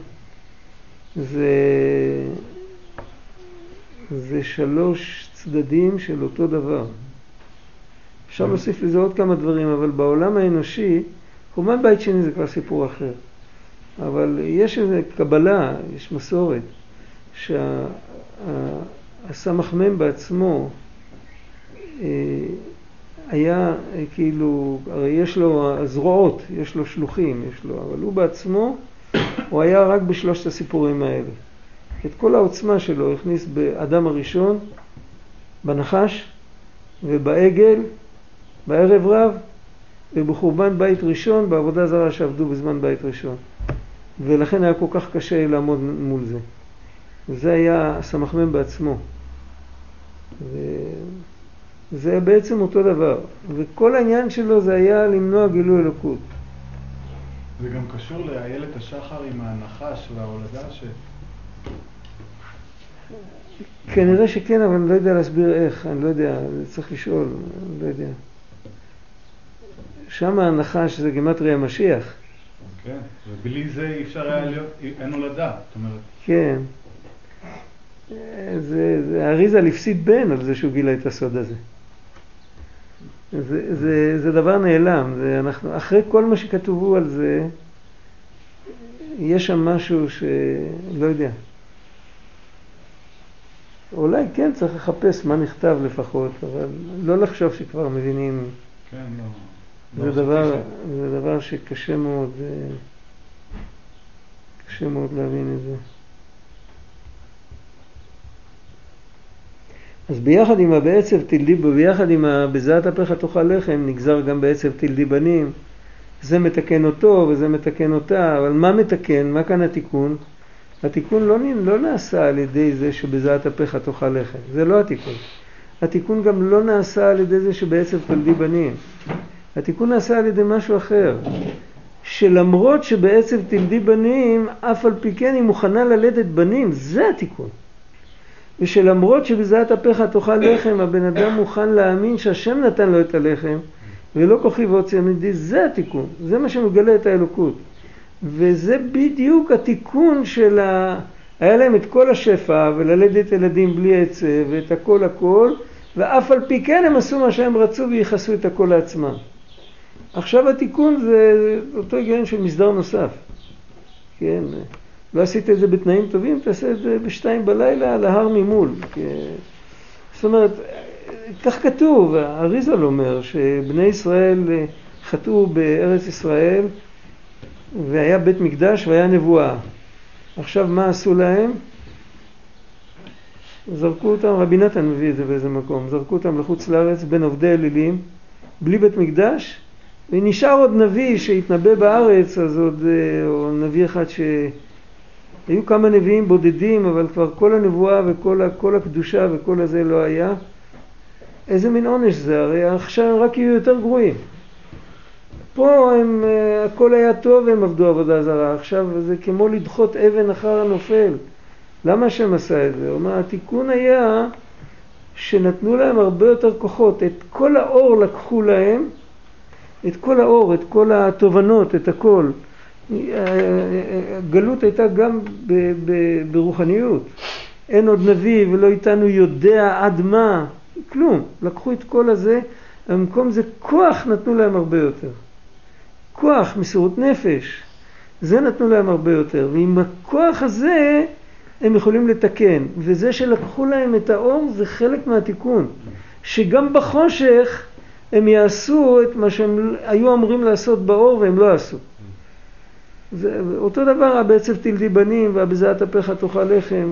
זה 3 צדדים של אותו דבר. אפשר להוסיף לזה עוד כמה דברים, אבל בעולם האנושי, חורבן בית שני זה כבר סיפור אחר. אבל יש איזו קבלה, יש מסורת, שהסמ"ך מ' בעצמו היה כאילו, הרי יש לו זרועות, יש לו שלוחים, אבל הוא בעצמו, הוא היה רק ב3 הסיפורים האלה. את כל העוצמה שלו הכניס באדם הראשון, בנחש ובעגל, בערב רב, ובחורבן בית ראשון, בעבודה זרה שעבדו בזמן בית ראשון. ולכן היה כל כך קשה לעמוד מול זה. וזה היה סמ"ך מ' בעצמו. וזה בעצם אותו דבר. וכל העניין שלו זה היה למנוע גילוי אלוקות. זה גם קשור לאיילת השחר עם הנחש וההולדה כנראה שכן, אבל אני לא יודע להסביר איך, אני לא יודע, צריך לשאול, אני לא יודע. שם הנחש זה גימטריה המשיח. כן, ובלי זה אי אפשר היה להיות, אין הולדה, זאת אומרת. כן. האריז"ל הפסיד בן על זה שהוא גילה את הסוד הזה. זה דבר נעלם. אחרי כל מה שכתובו על זה, יש שם משהו שלא יודע. אולי כן צריך לחפש מה נכתב לפחות, אבל לא לחשוב שכבר מבינים. כן, לא. זה דבר שקשה מאוד, קשה מאוד להבין את זה. אז ביחד עם הבעצב תלדי, ביחד עם בזעת אפיך תאכל לחם, נגזר גם בעצב תלדי בנים. זה מתקן אותו וזה מתקן אותה, אבל מה מתקן? מה כאן התיקון? התיקון לא נעשה על ידי זה שבזעת אפיך תאכל לחם. זה לא התיקון. התיקון גם לא נעשה על ידי זה שבעצב תלדי בנים. התיקון נעשה על ידי משהו אחר. שלמרות שבעצב תלדי בנים, אף על פי כן היא מוכנה ללדת בנים. זה התיקון. ושלמרות שבזעת אפיך תאכל לחם, הבן אדם מוכן להאמין שהשם נתן לו את הלחם, ולא כוחי ועוצם ידי. זה התיקון. זה מה שמגלה את האלוקות. וזה בדיוק התיקון של היה להם את כל השפע וללדת ילדים בלי עצב ואת הכל, ואף על פי כן הם עשו מה שהם רצו וייחסו את הכל לעצמם. עכשיו התיקון זה אותו היגיון של מסדר נוסף. כן, לא עשית את זה בתנאים טובים, תעשה את זה ב2 בלילה על ההר ממול. זאת אומרת, כך כתוב, האריז"ל אומר שבני ישראל חטאו בארץ ישראל, והיה בית מקדש והיה נבואה. עכשיו מה עשו להם? זרקו אותם, רבי נתן מביא את זה באיזה מקום, זרקו אותם לחוץ לארץ בין עובדי אלילים, בלי בית מקדש, ונשאר עוד נביא שהתנבא בארץ, אז עוד, או נביא אחד היו כמה נביאים בודדים, אבל כבר כל הנבואה וכל הקדושה וכל הזה לא היה. איזה מין עונש זה? הרי עכשיו הם רק יהיו יותר גרועים. פה הכל היה טוב והם עבדו עבודה זרה. עכשיו זה כמו לדחות אבן אחר הנופל. למה השם עשה את זה? הוא אומר, התיקון היה שנתנו להם הרבה יותר כוחות. את כל האור לקחו להם, את כל האור, את כל התובנות, את הכל. הגלות הייתה גם ברוחניות. אין עוד נביא ולא איתנו יודע עד מה. כלום. לקחו את כל הזה, במקום זה כוח נתנו להם הרבה יותר. כוח, מסירות נפש, זה נתנו להם הרבה יותר. ועם הכוח הזה הם יכולים לתקן. וזה שלקחו להם את האור זה חלק מהתיקון. שגם בחושך הם יעשו את מה שהם היו אמורים לעשות באור והם לא עשו. זה אותו דבר, בעצב תלדי בנים והבזעת אפיך תאכל לחם.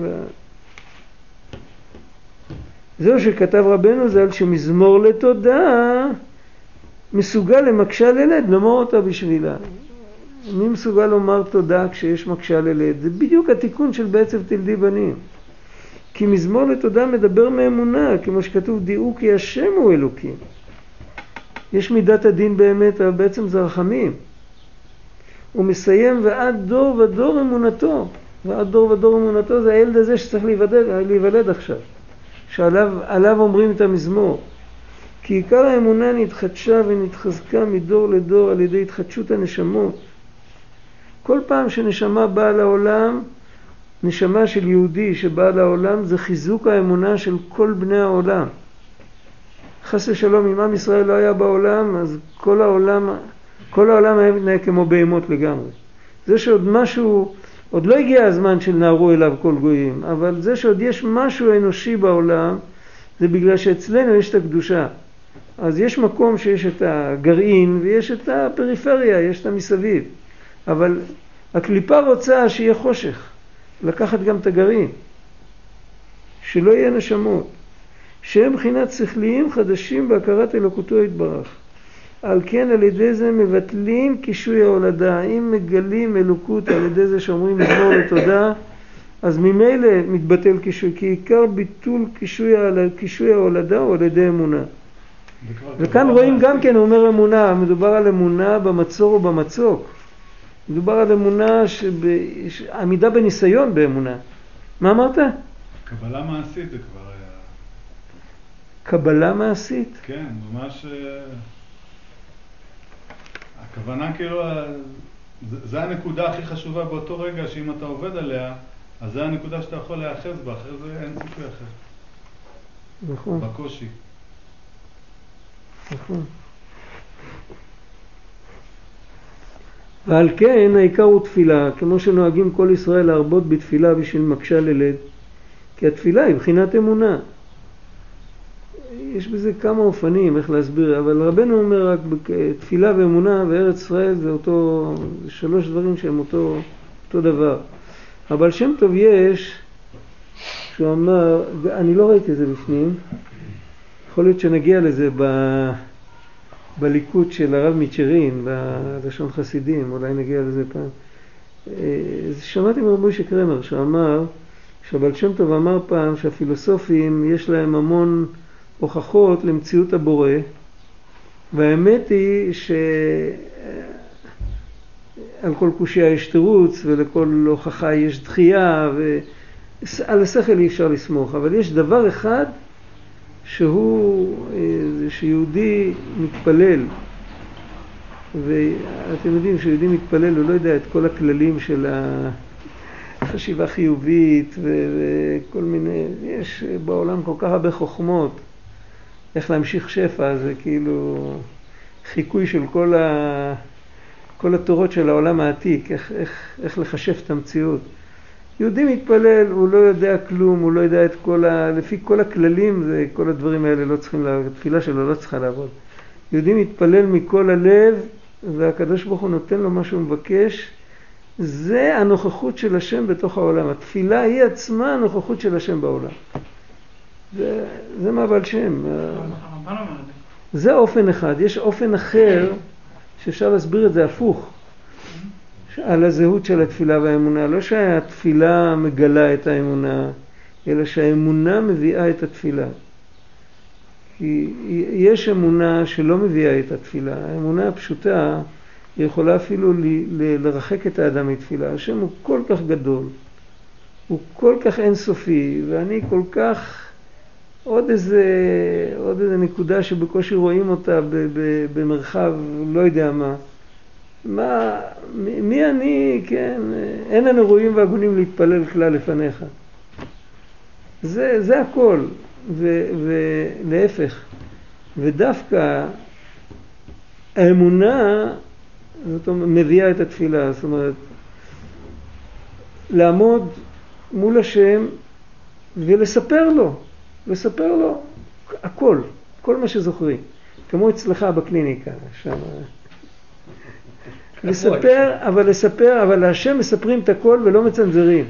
זהו שכתב רבנו ז"ל שמזמור לתודה מסוגל למקשה ללד, לומר אותה בשבילה. מי מסוגל לומר תודה כשיש מקשה ללד? זה בדיוק התיקון של בעצב תלדי בנים. כי מזמור לתודה מדבר מאמונה, כמו שכתוב דיעו כי השם הוא אלוקים. יש מידת הדין באמת, אבל בעצם זה רחמים. הוא מסיים ועד דור ודור אמונתו. ועד דור ודור אמונתו זה הילד הזה שצריך להיוולד עכשיו. שעליו אומרים את המזמור. כי עיקר האמונה נתחדשה ונתחזקה מדור לדור על ידי התחדשות הנשמות. כל פעם שנשמה באה לעולם, נשמה של יהודי שבאה לעולם, זה חיזוק האמונה של כל בני העולם. חס ושלום, אם עם ישראל לא היה בעולם, אז כל העולם היה מתנהג כמו בהמות לגמרי. זה שעוד משהו, עוד לא הגיע הזמן של נערו אליו כל גויים, אבל זה שעוד יש משהו אנושי בעולם, זה בגלל שאצלנו יש את הקדושה. אז יש מקום שיש את הגרעין ויש את הפריפריה, יש את המסביב. אבל הקליפה רוצה שיהיה חושך, לקחת גם את הגרעין, שלא יהיה נשמות, שהם מבחינת שכליים חדשים בהכרת אלוקותו יתברך. על כן על ידי זה מבטלים קישוי ההולדה. אם מגלים אלוקות על ידי זה שאומרים מזמור לתודה, אז ממילא מתבטל קישוי, כי עיקר ביטול קישוי ההולדה הוא על ידי אמונה. וכאן רואים גם כן, הוא אומר אמונה, מדובר על אמונה במצור או במצוק. מדובר על אמונה עמידה בניסיון באמונה. מה אמרת? קבלה מעשית זה כבר היה. קבלה מעשית? כן, ממש הכוונה כאילו, זה הנקודה הכי חשובה באותו רגע, שאם אתה עובד עליה, אז זה הנקודה שאתה יכול להאחז בה, אחרי זה אין סיכוי אחר. נכון. בקושי. נכון. ועל כן העיקר הוא תפילה, כמו שנוהגים כל ישראל להרבות בתפילה בשביל מקשה ללד, כי התפילה היא בחינת אמונה. יש בזה כמה אופנים איך להסביר, אבל רבנו אומר רק תפילה ואמונה וארץ ישראל זה אותו, זה שלוש דברים שהם אותו דבר. אבל שם טוב יש, שהוא אמר, אני לא ראיתי את זה בפנים, יכול להיות שנגיע לזה בליקוד של הרב מצ'רין, בלשון חסידים, אולי נגיע לזה פעם. שמעתי מרב משה קרמר שאמר, שהבעל שם טוב אמר פעם שהפילוסופים יש להם המון הוכחות למציאות הבורא, והאמת היא שעל כל קושיה יש תירוץ ולכל הוכחה יש דחייה, ועל השכל אי אפשר לסמוך, אבל יש דבר אחד שהוא, שיהודי מתפלל, ואתם יודעים שיהודי מתפלל הוא לא יודע את כל הכללים של החשיבה חיובית וכל מיני, יש בעולם כל כך הרבה חוכמות איך להמשיך שפע, זה כאילו חיקוי של כל התורות של העולם העתיק, איך לחשב את המציאות. יהודי מתפלל, הוא לא יודע כלום, הוא לא יודע את לפי כל הכללים, זה, כל הדברים האלה לא צריכים, התפילה שלו לא צריכה לעבוד. יהודי מתפלל מכל הלב, והקדוש ברוך הוא נותן לו מה שהוא מבקש, זה הנוכחות של השם בתוך העולם. התפילה היא עצמה הנוכחות של השם בעולם. זה מה בעל שם. זה אופן אחד. יש אופן אחר שאפשר להסביר את זה הפוך. על הזהות של התפילה והאמונה. לא שהתפילה מגלה את האמונה, אלא שהאמונה מביאה את התפילה. כי יש אמונה שלא מביאה את התפילה. האמונה הפשוטה יכולה אפילו לרחק את האדם מתפילה. השם הוא כל כך גדול, הוא כל כך אינסופי, ואני כל כך עוד איזה נקודה שבקושי רואים אותה במרחב, לא יודע מה, מי אני, כן, אין לנו ראויים והגונים להתפלל כלל לפניך. זה הכל, ולהפך. ודווקא האמונה, זאת אומרת, מביאה את התפילה, זאת אומרת, לעמוד מול השם ולספר לו הכל, כל מה שזוכרים. כמו אצלך בקליניקה, שם. לספר, אבל להשם מספרים את הכל ולא מצנזרים.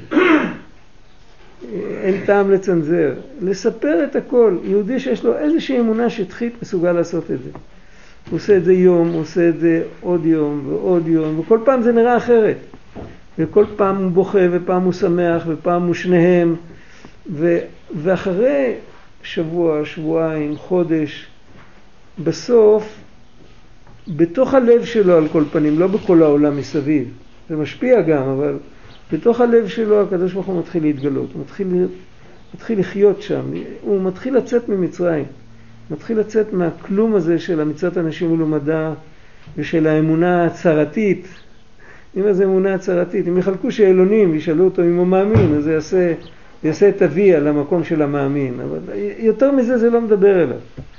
אין טעם לצנזר. לספר את הכל. יהודי שיש לו איזושהי אמונה שטחית מסוגל לעשות את זה. הוא עושה את זה יום, הוא עושה את זה עוד יום ועוד יום, וכל פעם זה נראה אחרת. וכל פעם הוא בוכה ופעם הוא שמח ופעם הוא שניהם. ואחרי שבוע, שבועיים, חודש, בסוף, בתוך הלב שלו על כל פנים, לא בכל העולם מסביב, זה משפיע גם, אבל בתוך הלב שלו הקדוש ברוך הוא מתחיל להתגלות, הוא מתחיל לחיות שם, הוא מתחיל לצאת ממצרים, מתחיל לצאת מהכלום הזה של המצוות אנשים מלומדה ושל האמונה הצרתית. אם זה אמונה הצרתית, אם יחלקו שאלונים, ישאלו אותו אם הוא מאמין, אז זה יעשה את אבי על המקום של המאמין, אבל יותר מזה זה לא מדבר אליו.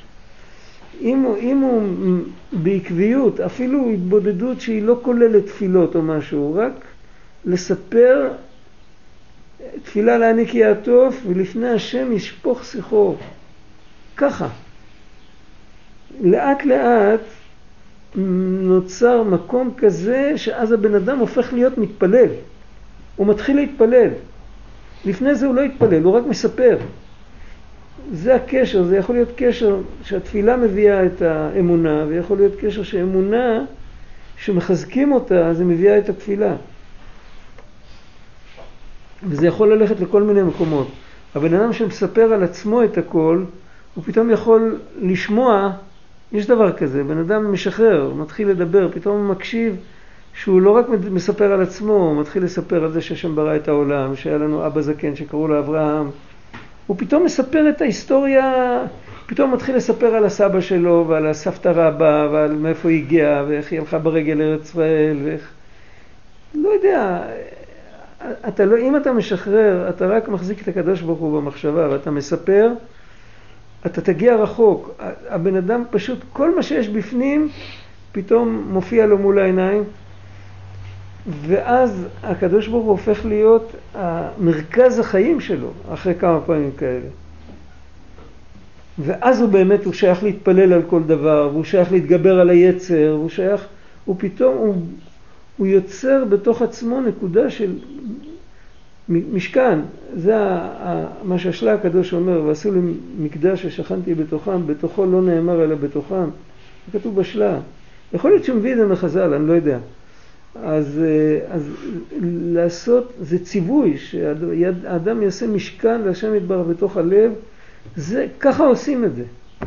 אם הוא בעקביות, אפילו התבודדות שהיא לא כוללת תפילות או משהו, רק לספר תפילה להעניק יעטוף ולפני השם ישפוך שיחו. ככה. לאט לאט נוצר מקום כזה שאז הבן אדם הופך להיות מתפלל. הוא מתחיל להתפלל. לפני זה הוא לא התפלל, הוא רק מספר. זה הקשר, זה יכול להיות קשר שהתפילה מביאה את האמונה, ויכול להיות קשר שאמונה שמחזקים אותה, זה מביאה את התפילה. וזה יכול ללכת לכל מיני מקומות. הבן אדם שמספר על עצמו את הכל, הוא פתאום יכול לשמוע, יש דבר כזה, בן אדם משחרר, הוא מתחיל לדבר, פתאום הוא מקשיב שהוא לא רק מספר על עצמו, הוא מתחיל לספר על זה שהשם ברא את העולם, שהיה לנו אבא זקן שקראו לו אברהם, הוא פתאום מספר את ההיסטוריה, פתאום מתחיל לספר על הסבא שלו ועל הסבתא רבא ועל מאיפה היא הגיעה ואיך היא הלכה ברגל לארץ ישראל ואיך, לא יודע, אם אתה משחרר, אתה רק מחזיק את הקדוש ברוך הוא במחשבה, ואתה מספר, אתה תגיע רחוק. הבן אדם פשוט, כל מה שיש בפנים, פתאום מופיע לו מול העיניים, ואז הקדוש ברוך הוא הופך להיות מרכז החיים שלו, אחרי כמה פעמים כאלה. ואז הוא באמת, הוא שייך להתפלל על כל דבר, והוא שייך להתגבר על היצר, הוא פתאום, הוא יוצר בתוך עצמו נקודה של משכן. זה מה שהשלה הקדוש אומר, ועשו לי מקדש ששכנתי בתוכם, בתוכו לא נאמר אלא בתוכם. זה כתוב בשלה. יכול להיות שהוא מביא את זה מחז"ל, אני לא יודע. אז לעשות, זה ציווי, שהאדם יעשה משכן להשם יתברך בתוך הלב, ככה עושים את זה.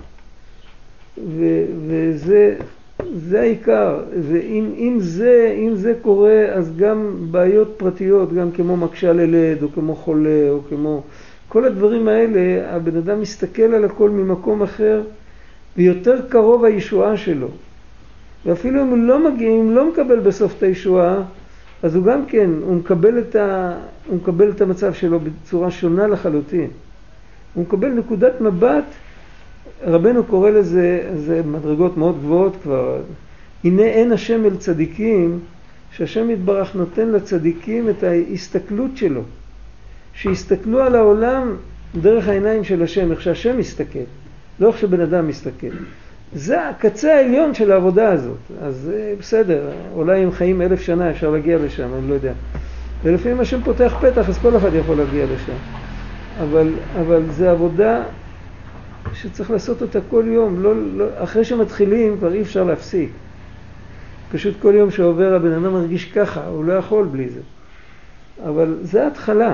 וזה העיקר. ואם זה קורה, אז גם בעיות פרטיות, גם כמו מקשה ללד, או כמו חולה, או כמו כל הדברים האלה, הבן אדם מסתכל על הכל ממקום אחר, ויותר קרוב הישועה שלו. ואפילו אם הוא לא מגיע, אם לא מקבל בסוף את הישועה, אז הוא גם כן, הוא מקבל את המצב שלו בצורה שונה לחלוטין. הוא מקבל נקודת מבט, רבנו קורא לזה, זה מדרגות מאוד גבוהות כבר. הנה אין השם אל צדיקים, שהשם יתברך נותן לצדיקים את ההסתכלות שלו. שיסתכלו על העולם דרך העיניים של השם, איך שהשם מסתכל, לא איך שבן אדם מסתכל. זה הקצה העליון של העבודה הזאת. אז בסדר, אולי אם חיים 1000 שנה אפשר להגיע לשם, אני לא יודע. ולפעמים השם פותח פתח, אז כל אחד יכול להגיע לשם. אבל זה עבודה שצריך לעשות אותה כל יום. אחרי שמתחילים כבר אי אפשר להפסיק. פשוט כל יום שעובר הבן אדם מרגיש ככה, הוא לא יכול בלי זה. אבל זה התחלה.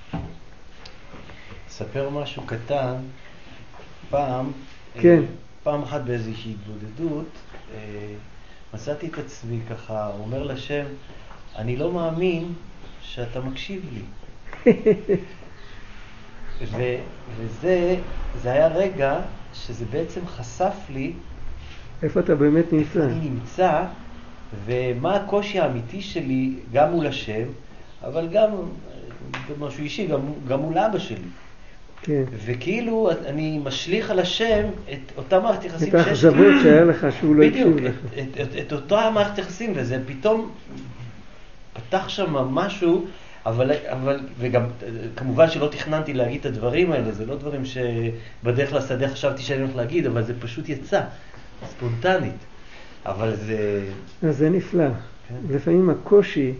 ספר משהו קטן. פעם, כן. פעם אחת באיזושהי התבודדות, מצאתי את עצמי ככה, אומר לשם, אני לא מאמין שאתה מקשיב לי. וזה היה רגע שזה בעצם חשף לי איפה אתה באמת נמצא. אני נמצא, ומה הקושי האמיתי שלי גם מול השם, אבל גם במשהו אישי, גם מול אבא שלי. כן. וכאילו אני משליך על השם את אותה מערכת יחסים את האכזבות שהיה לך שהוא לא הקשיב לך. את אותה מערכת יחסים, וזה פתאום פתח שם משהו, אבל וגם כמובן שלא תכננתי להגיד את הדברים האלה, זה לא דברים שבדרך לשדה חשבתי שאני הולך להגיד, אבל זה פשוט יצא, ספונטנית. אבל זה... אז זה נפלא. כן. לפעמים הקושי,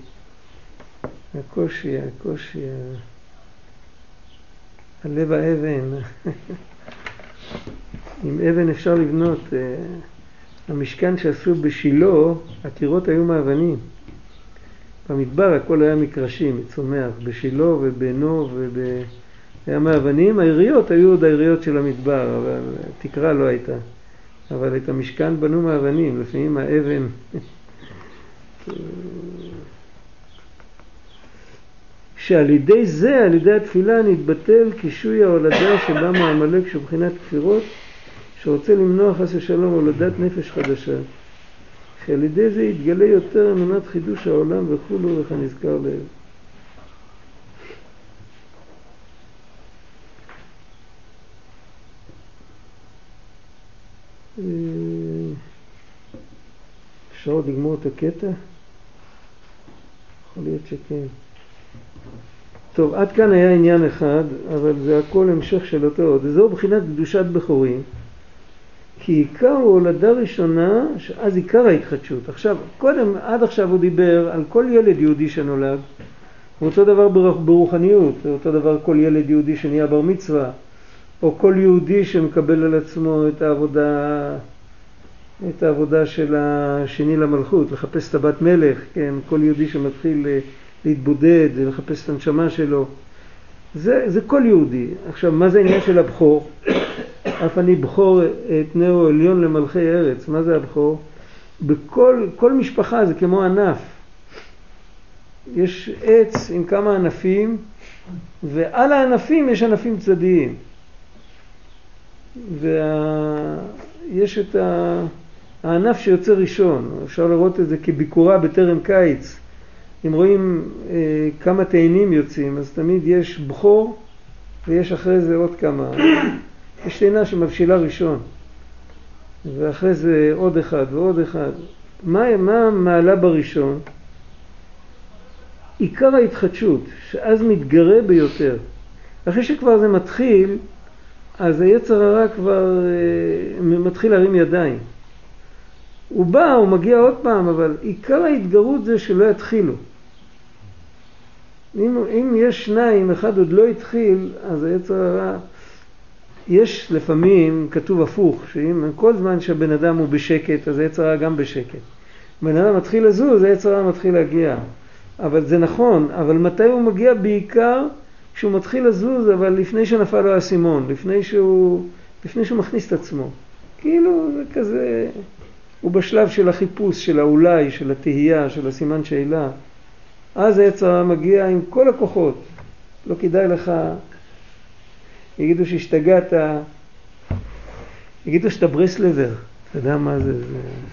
הלב האבן, עם אבן אפשר לבנות. המשכן שעשו בשילה, הקירות היו מאבנים. במדבר הכל היה מקרשים, מצומח, בשילה ובנו היה מאבנים. העיריות היו עוד העיריות של המדבר, אבל תקרה לא הייתה. אבל את המשכן בנו מאבנים, לפעמים האבן... שעל ידי זה, על ידי התפילה, נתבטל קישוי ההולדה שבא מעמלק שבחינת כפירות, שרוצה למנוע חס ושלום הולדת נפש חדשה. שעל ידי זה יתגלה יותר אמונת חידוש העולם וכולו וכנזכר לב. אפשר עוד לגמור את הקטע? יכול להיות שכן. טוב, עד כאן היה עניין אחד, אבל זה הכל המשך של אותו עוד. וזהו בחינת קדושת בכורים, כי עיקר הוא הולדה ראשונה, אז עיקר ההתחדשות. עכשיו, עד עכשיו הוא דיבר על כל ילד יהודי שנולד, אותו דבר ברוחניות, אותו דבר כל ילד יהודי שנהיה בר מצווה, או כל יהודי שמקבל על עצמו את העבודה של השני למלכות, לחפש את הבת מלך, כן, כל יהודי שמתחיל להתבודד, לחפש את הנשמה שלו. זה כל יהודי. עכשיו, מה זה העניין של הבכור? אף אני בכור את נאו עליון למלכי ארץ. מה זה הבכור? כל משפחה זה כמו ענף. יש עץ עם כמה ענפים, ועל הענפים יש ענפים צדדיים. ויש את הענף שיוצא ראשון. אפשר לראות את זה כביקורה בטרם קיץ. אם רואים כמה תאנים יוצאים, אז תמיד יש בחור ויש אחרי זה עוד כמה. יש תאנה שמבשילה ראשון, ואחרי זה עוד אחד ועוד אחד. מה מעלה בראשון? עיקר ההתחדשות, שאז מתגרה ביותר. אחרי שכבר זה מתחיל, אז היצר הרע כבר מתחיל להרים ידיים. הוא בא, הוא מגיע עוד פעם, אבל עיקר ההתגרות זה שלא יתחילו. אם יש שניים, אחד עוד לא התחיל, אז היצר הרע, יש לפעמים כתוב הפוך, שאם כל זמן שהבן אדם הוא בשקט, אז היצר הרע גם בשקט. בן אדם מתחיל לזוז, היצר הרע מתחיל להגיע. אבל זה נכון, אבל מתי הוא מגיע? בעיקר כשהוא מתחיל לזוז, אבל לפני שנפל לו האסימון, לפני שהוא מכניס את עצמו. כאילו זה כזה, הוא בשלב של החיפוש, של האולי, של התהייה, של הסימן שאלה. אז היצר הרע מגיע עם כל הכוחות. לא כדאי לך, יגידו שהשתגעת, יגידו שאתה ברסלבר. אתה יודע מה זה?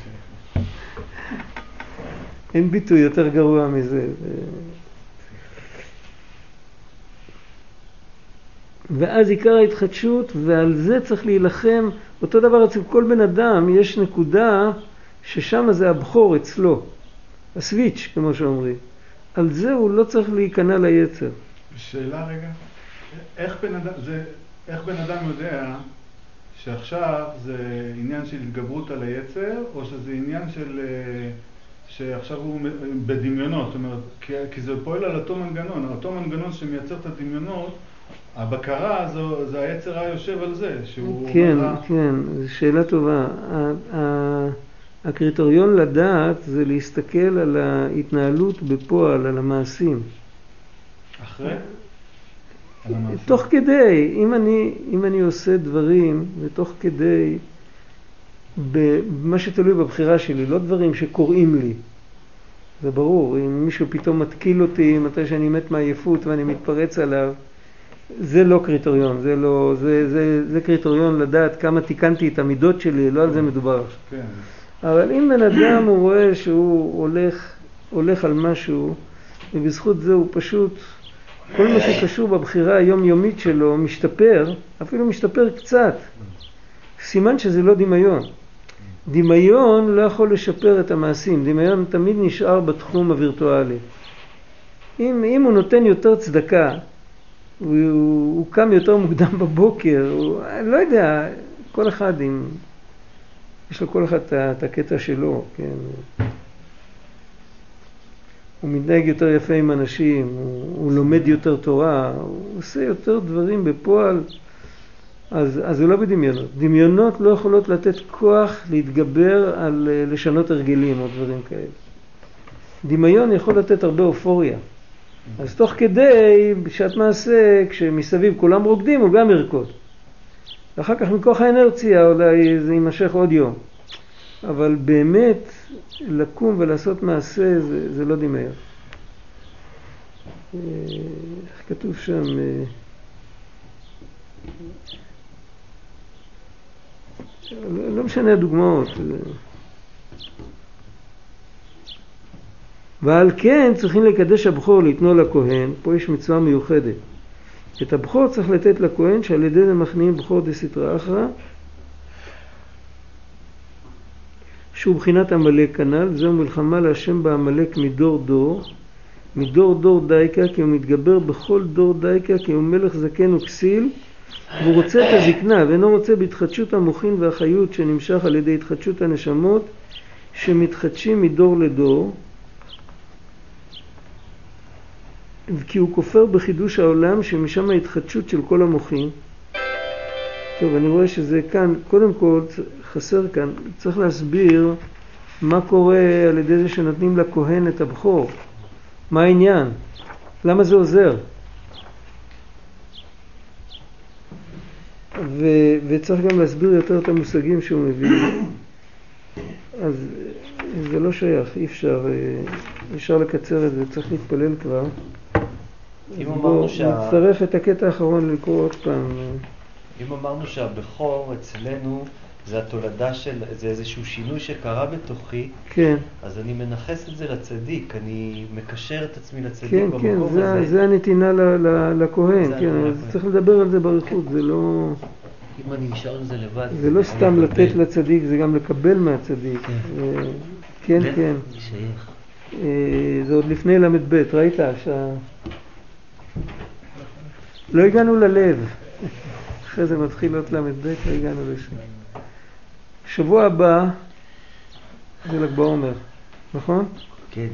אין ביטוי יותר גרוע מזה. ואז עיקר ההתחדשות, ועל זה צריך להילחם. אותו דבר אצל כל בן אדם, יש נקודה ששם זה הבחור אצלו. הסוויץ', כמו שאומרים. על זה הוא לא צריך להיכנע ליצר. שאלה רגע, איך בן אדם יודע שעכשיו זה עניין של התגברות על היצר, או שזה עניין של שעכשיו הוא בדמיונות? זאת אומרת, כי זה פועל על אותו מנגנון, אותו מנגנון שמייצר את הדמיונות, הבקרה זה היצר היושב על זה, שהוא... כן, כן, זו שאלה טובה. הקריטריון לדעת זה להסתכל על ההתנהלות בפועל, על המעשים. אחרי? תוך כדי, אם אני עושה דברים, ותוך כדי, במה שתלוי בבחירה שלי, לא דברים שקוראים לי. זה ברור, אם מישהו פתאום מתקיל אותי, מתי שאני מת מעייפות ואני מתפרץ עליו, זה לא קריטריון, זה קריטריון לדעת כמה תיקנתי את המידות שלי, לא על זה מדובר. כן. אבל אם בן אדם הוא רואה שהוא הולך על משהו, ובזכות זה הוא פשוט, כל מה שקשור בבחירה היומיומית שלו משתפר, אפילו משתפר קצת. סימן שזה לא דמיון. דמיון לא יכול לשפר את המעשים, דמיון תמיד נשאר בתחום הווירטואלי. אם הוא נותן יותר צדקה, הוא קם יותר מוקדם בבוקר, לא יודע, כל אחד יש לו כל אחד את הקטע שלו, כן. הוא מתנהג יותר יפה עם אנשים, הוא לומד יותר תורה, הוא עושה יותר דברים בפועל, אז הוא לא בדמיונות. דמיונות לא יכולות לתת כוח להתגבר על לשנות הרגלים או דברים כאלה. דמיון יכול לתת הרבה אופוריה. אז תוך כדי, בשעת מעשה, כשמסביב כולם רוקדים, הוא גם ירקוד. ואחר כך מכוח האנרציה אולי זה יימשך עוד יום. אבל באמת לקום ולעשות מעשה זה לא דמיון. איך כתוב שם? לא משנה הדוגמאות. ועל כן צריכים לקדש הבכור לתנו לכהן, פה יש מצווה מיוחדת. את הבכור צריך לתת לכהן שעל ידי זה מכניעים בכור דסתרא אחרא, שהוא בחינת עמלק כנ"ל, זהו מלחמה להשם בעמלק מדור דור, מדור דור דייקה, כי הוא מתגבר בכל דור דייקה, כי הוא מלך זקן וכסיל, והוא רוצה את הזקנה, ואינו רוצה בהתחדשות המוחין והחיות שנמשך על ידי התחדשות הנשמות, שמתחדשים מדור לדור, כי הוא כופר בחידוש העולם שמשם ההתחדשות של כל המוחים. טוב, אני רואה שזה כאן, קודם כל חסר כאן, צריך להסביר מה קורה על ידי זה שנותנים לכהן את הבכור. מה העניין? למה זה עוזר? וצריך גם להסביר יותר את המושגים שהוא מביא. אז זה לא שייך, אי אפשר לקצר את זה, צריך להתפלל כבר. אם אמרנו נצטרך את הקטע האחרון לקרוא עוד פעם. אם אמרנו שהבכור אצלנו זה התולדה של, זה איזשהו שינוי שקרה בתוכי, כן. אז אני מנחס את זה לצדיק, אני מקשר את עצמי לצדיק כן, במקום כן, הזה. זה הנתינה לכהן, כן, אז צריך לדבר על זה בריחות, זה לא... אם אני נשאר עם זה לבד... זה לא סתם לתת לצדיק, זה גם לקבל מהצדיק. כן, כן. שייך. זה עוד לפני למד ב', ראית? לא הגענו ללב. אחרי זה מתחיל עוד למד ב', לא הגענו לשם. שבוע הבא זה ל"ג בעומר, נכון? כן.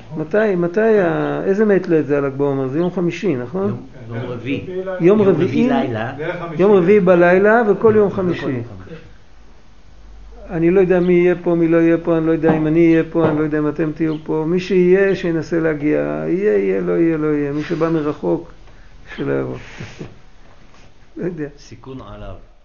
איזה מעת לעת זה ל"ג בעומר? זה יום חמישי, נכון? יום רביעי. יום רביעי לילה. יום רביעי בלילה וכל יום חמישי. אני לא יודע מי יהיה פה, מי לא יהיה פה, אני לא יודע אם אני אהיה פה, אני לא יודע אם אתם תהיו פה. מי שיהיה, שינסה להגיע. יהיה, לא יהיה, לא יהיה. מי שבא מרחוק, שלא יבוא. לא יודע. סיכון עליו.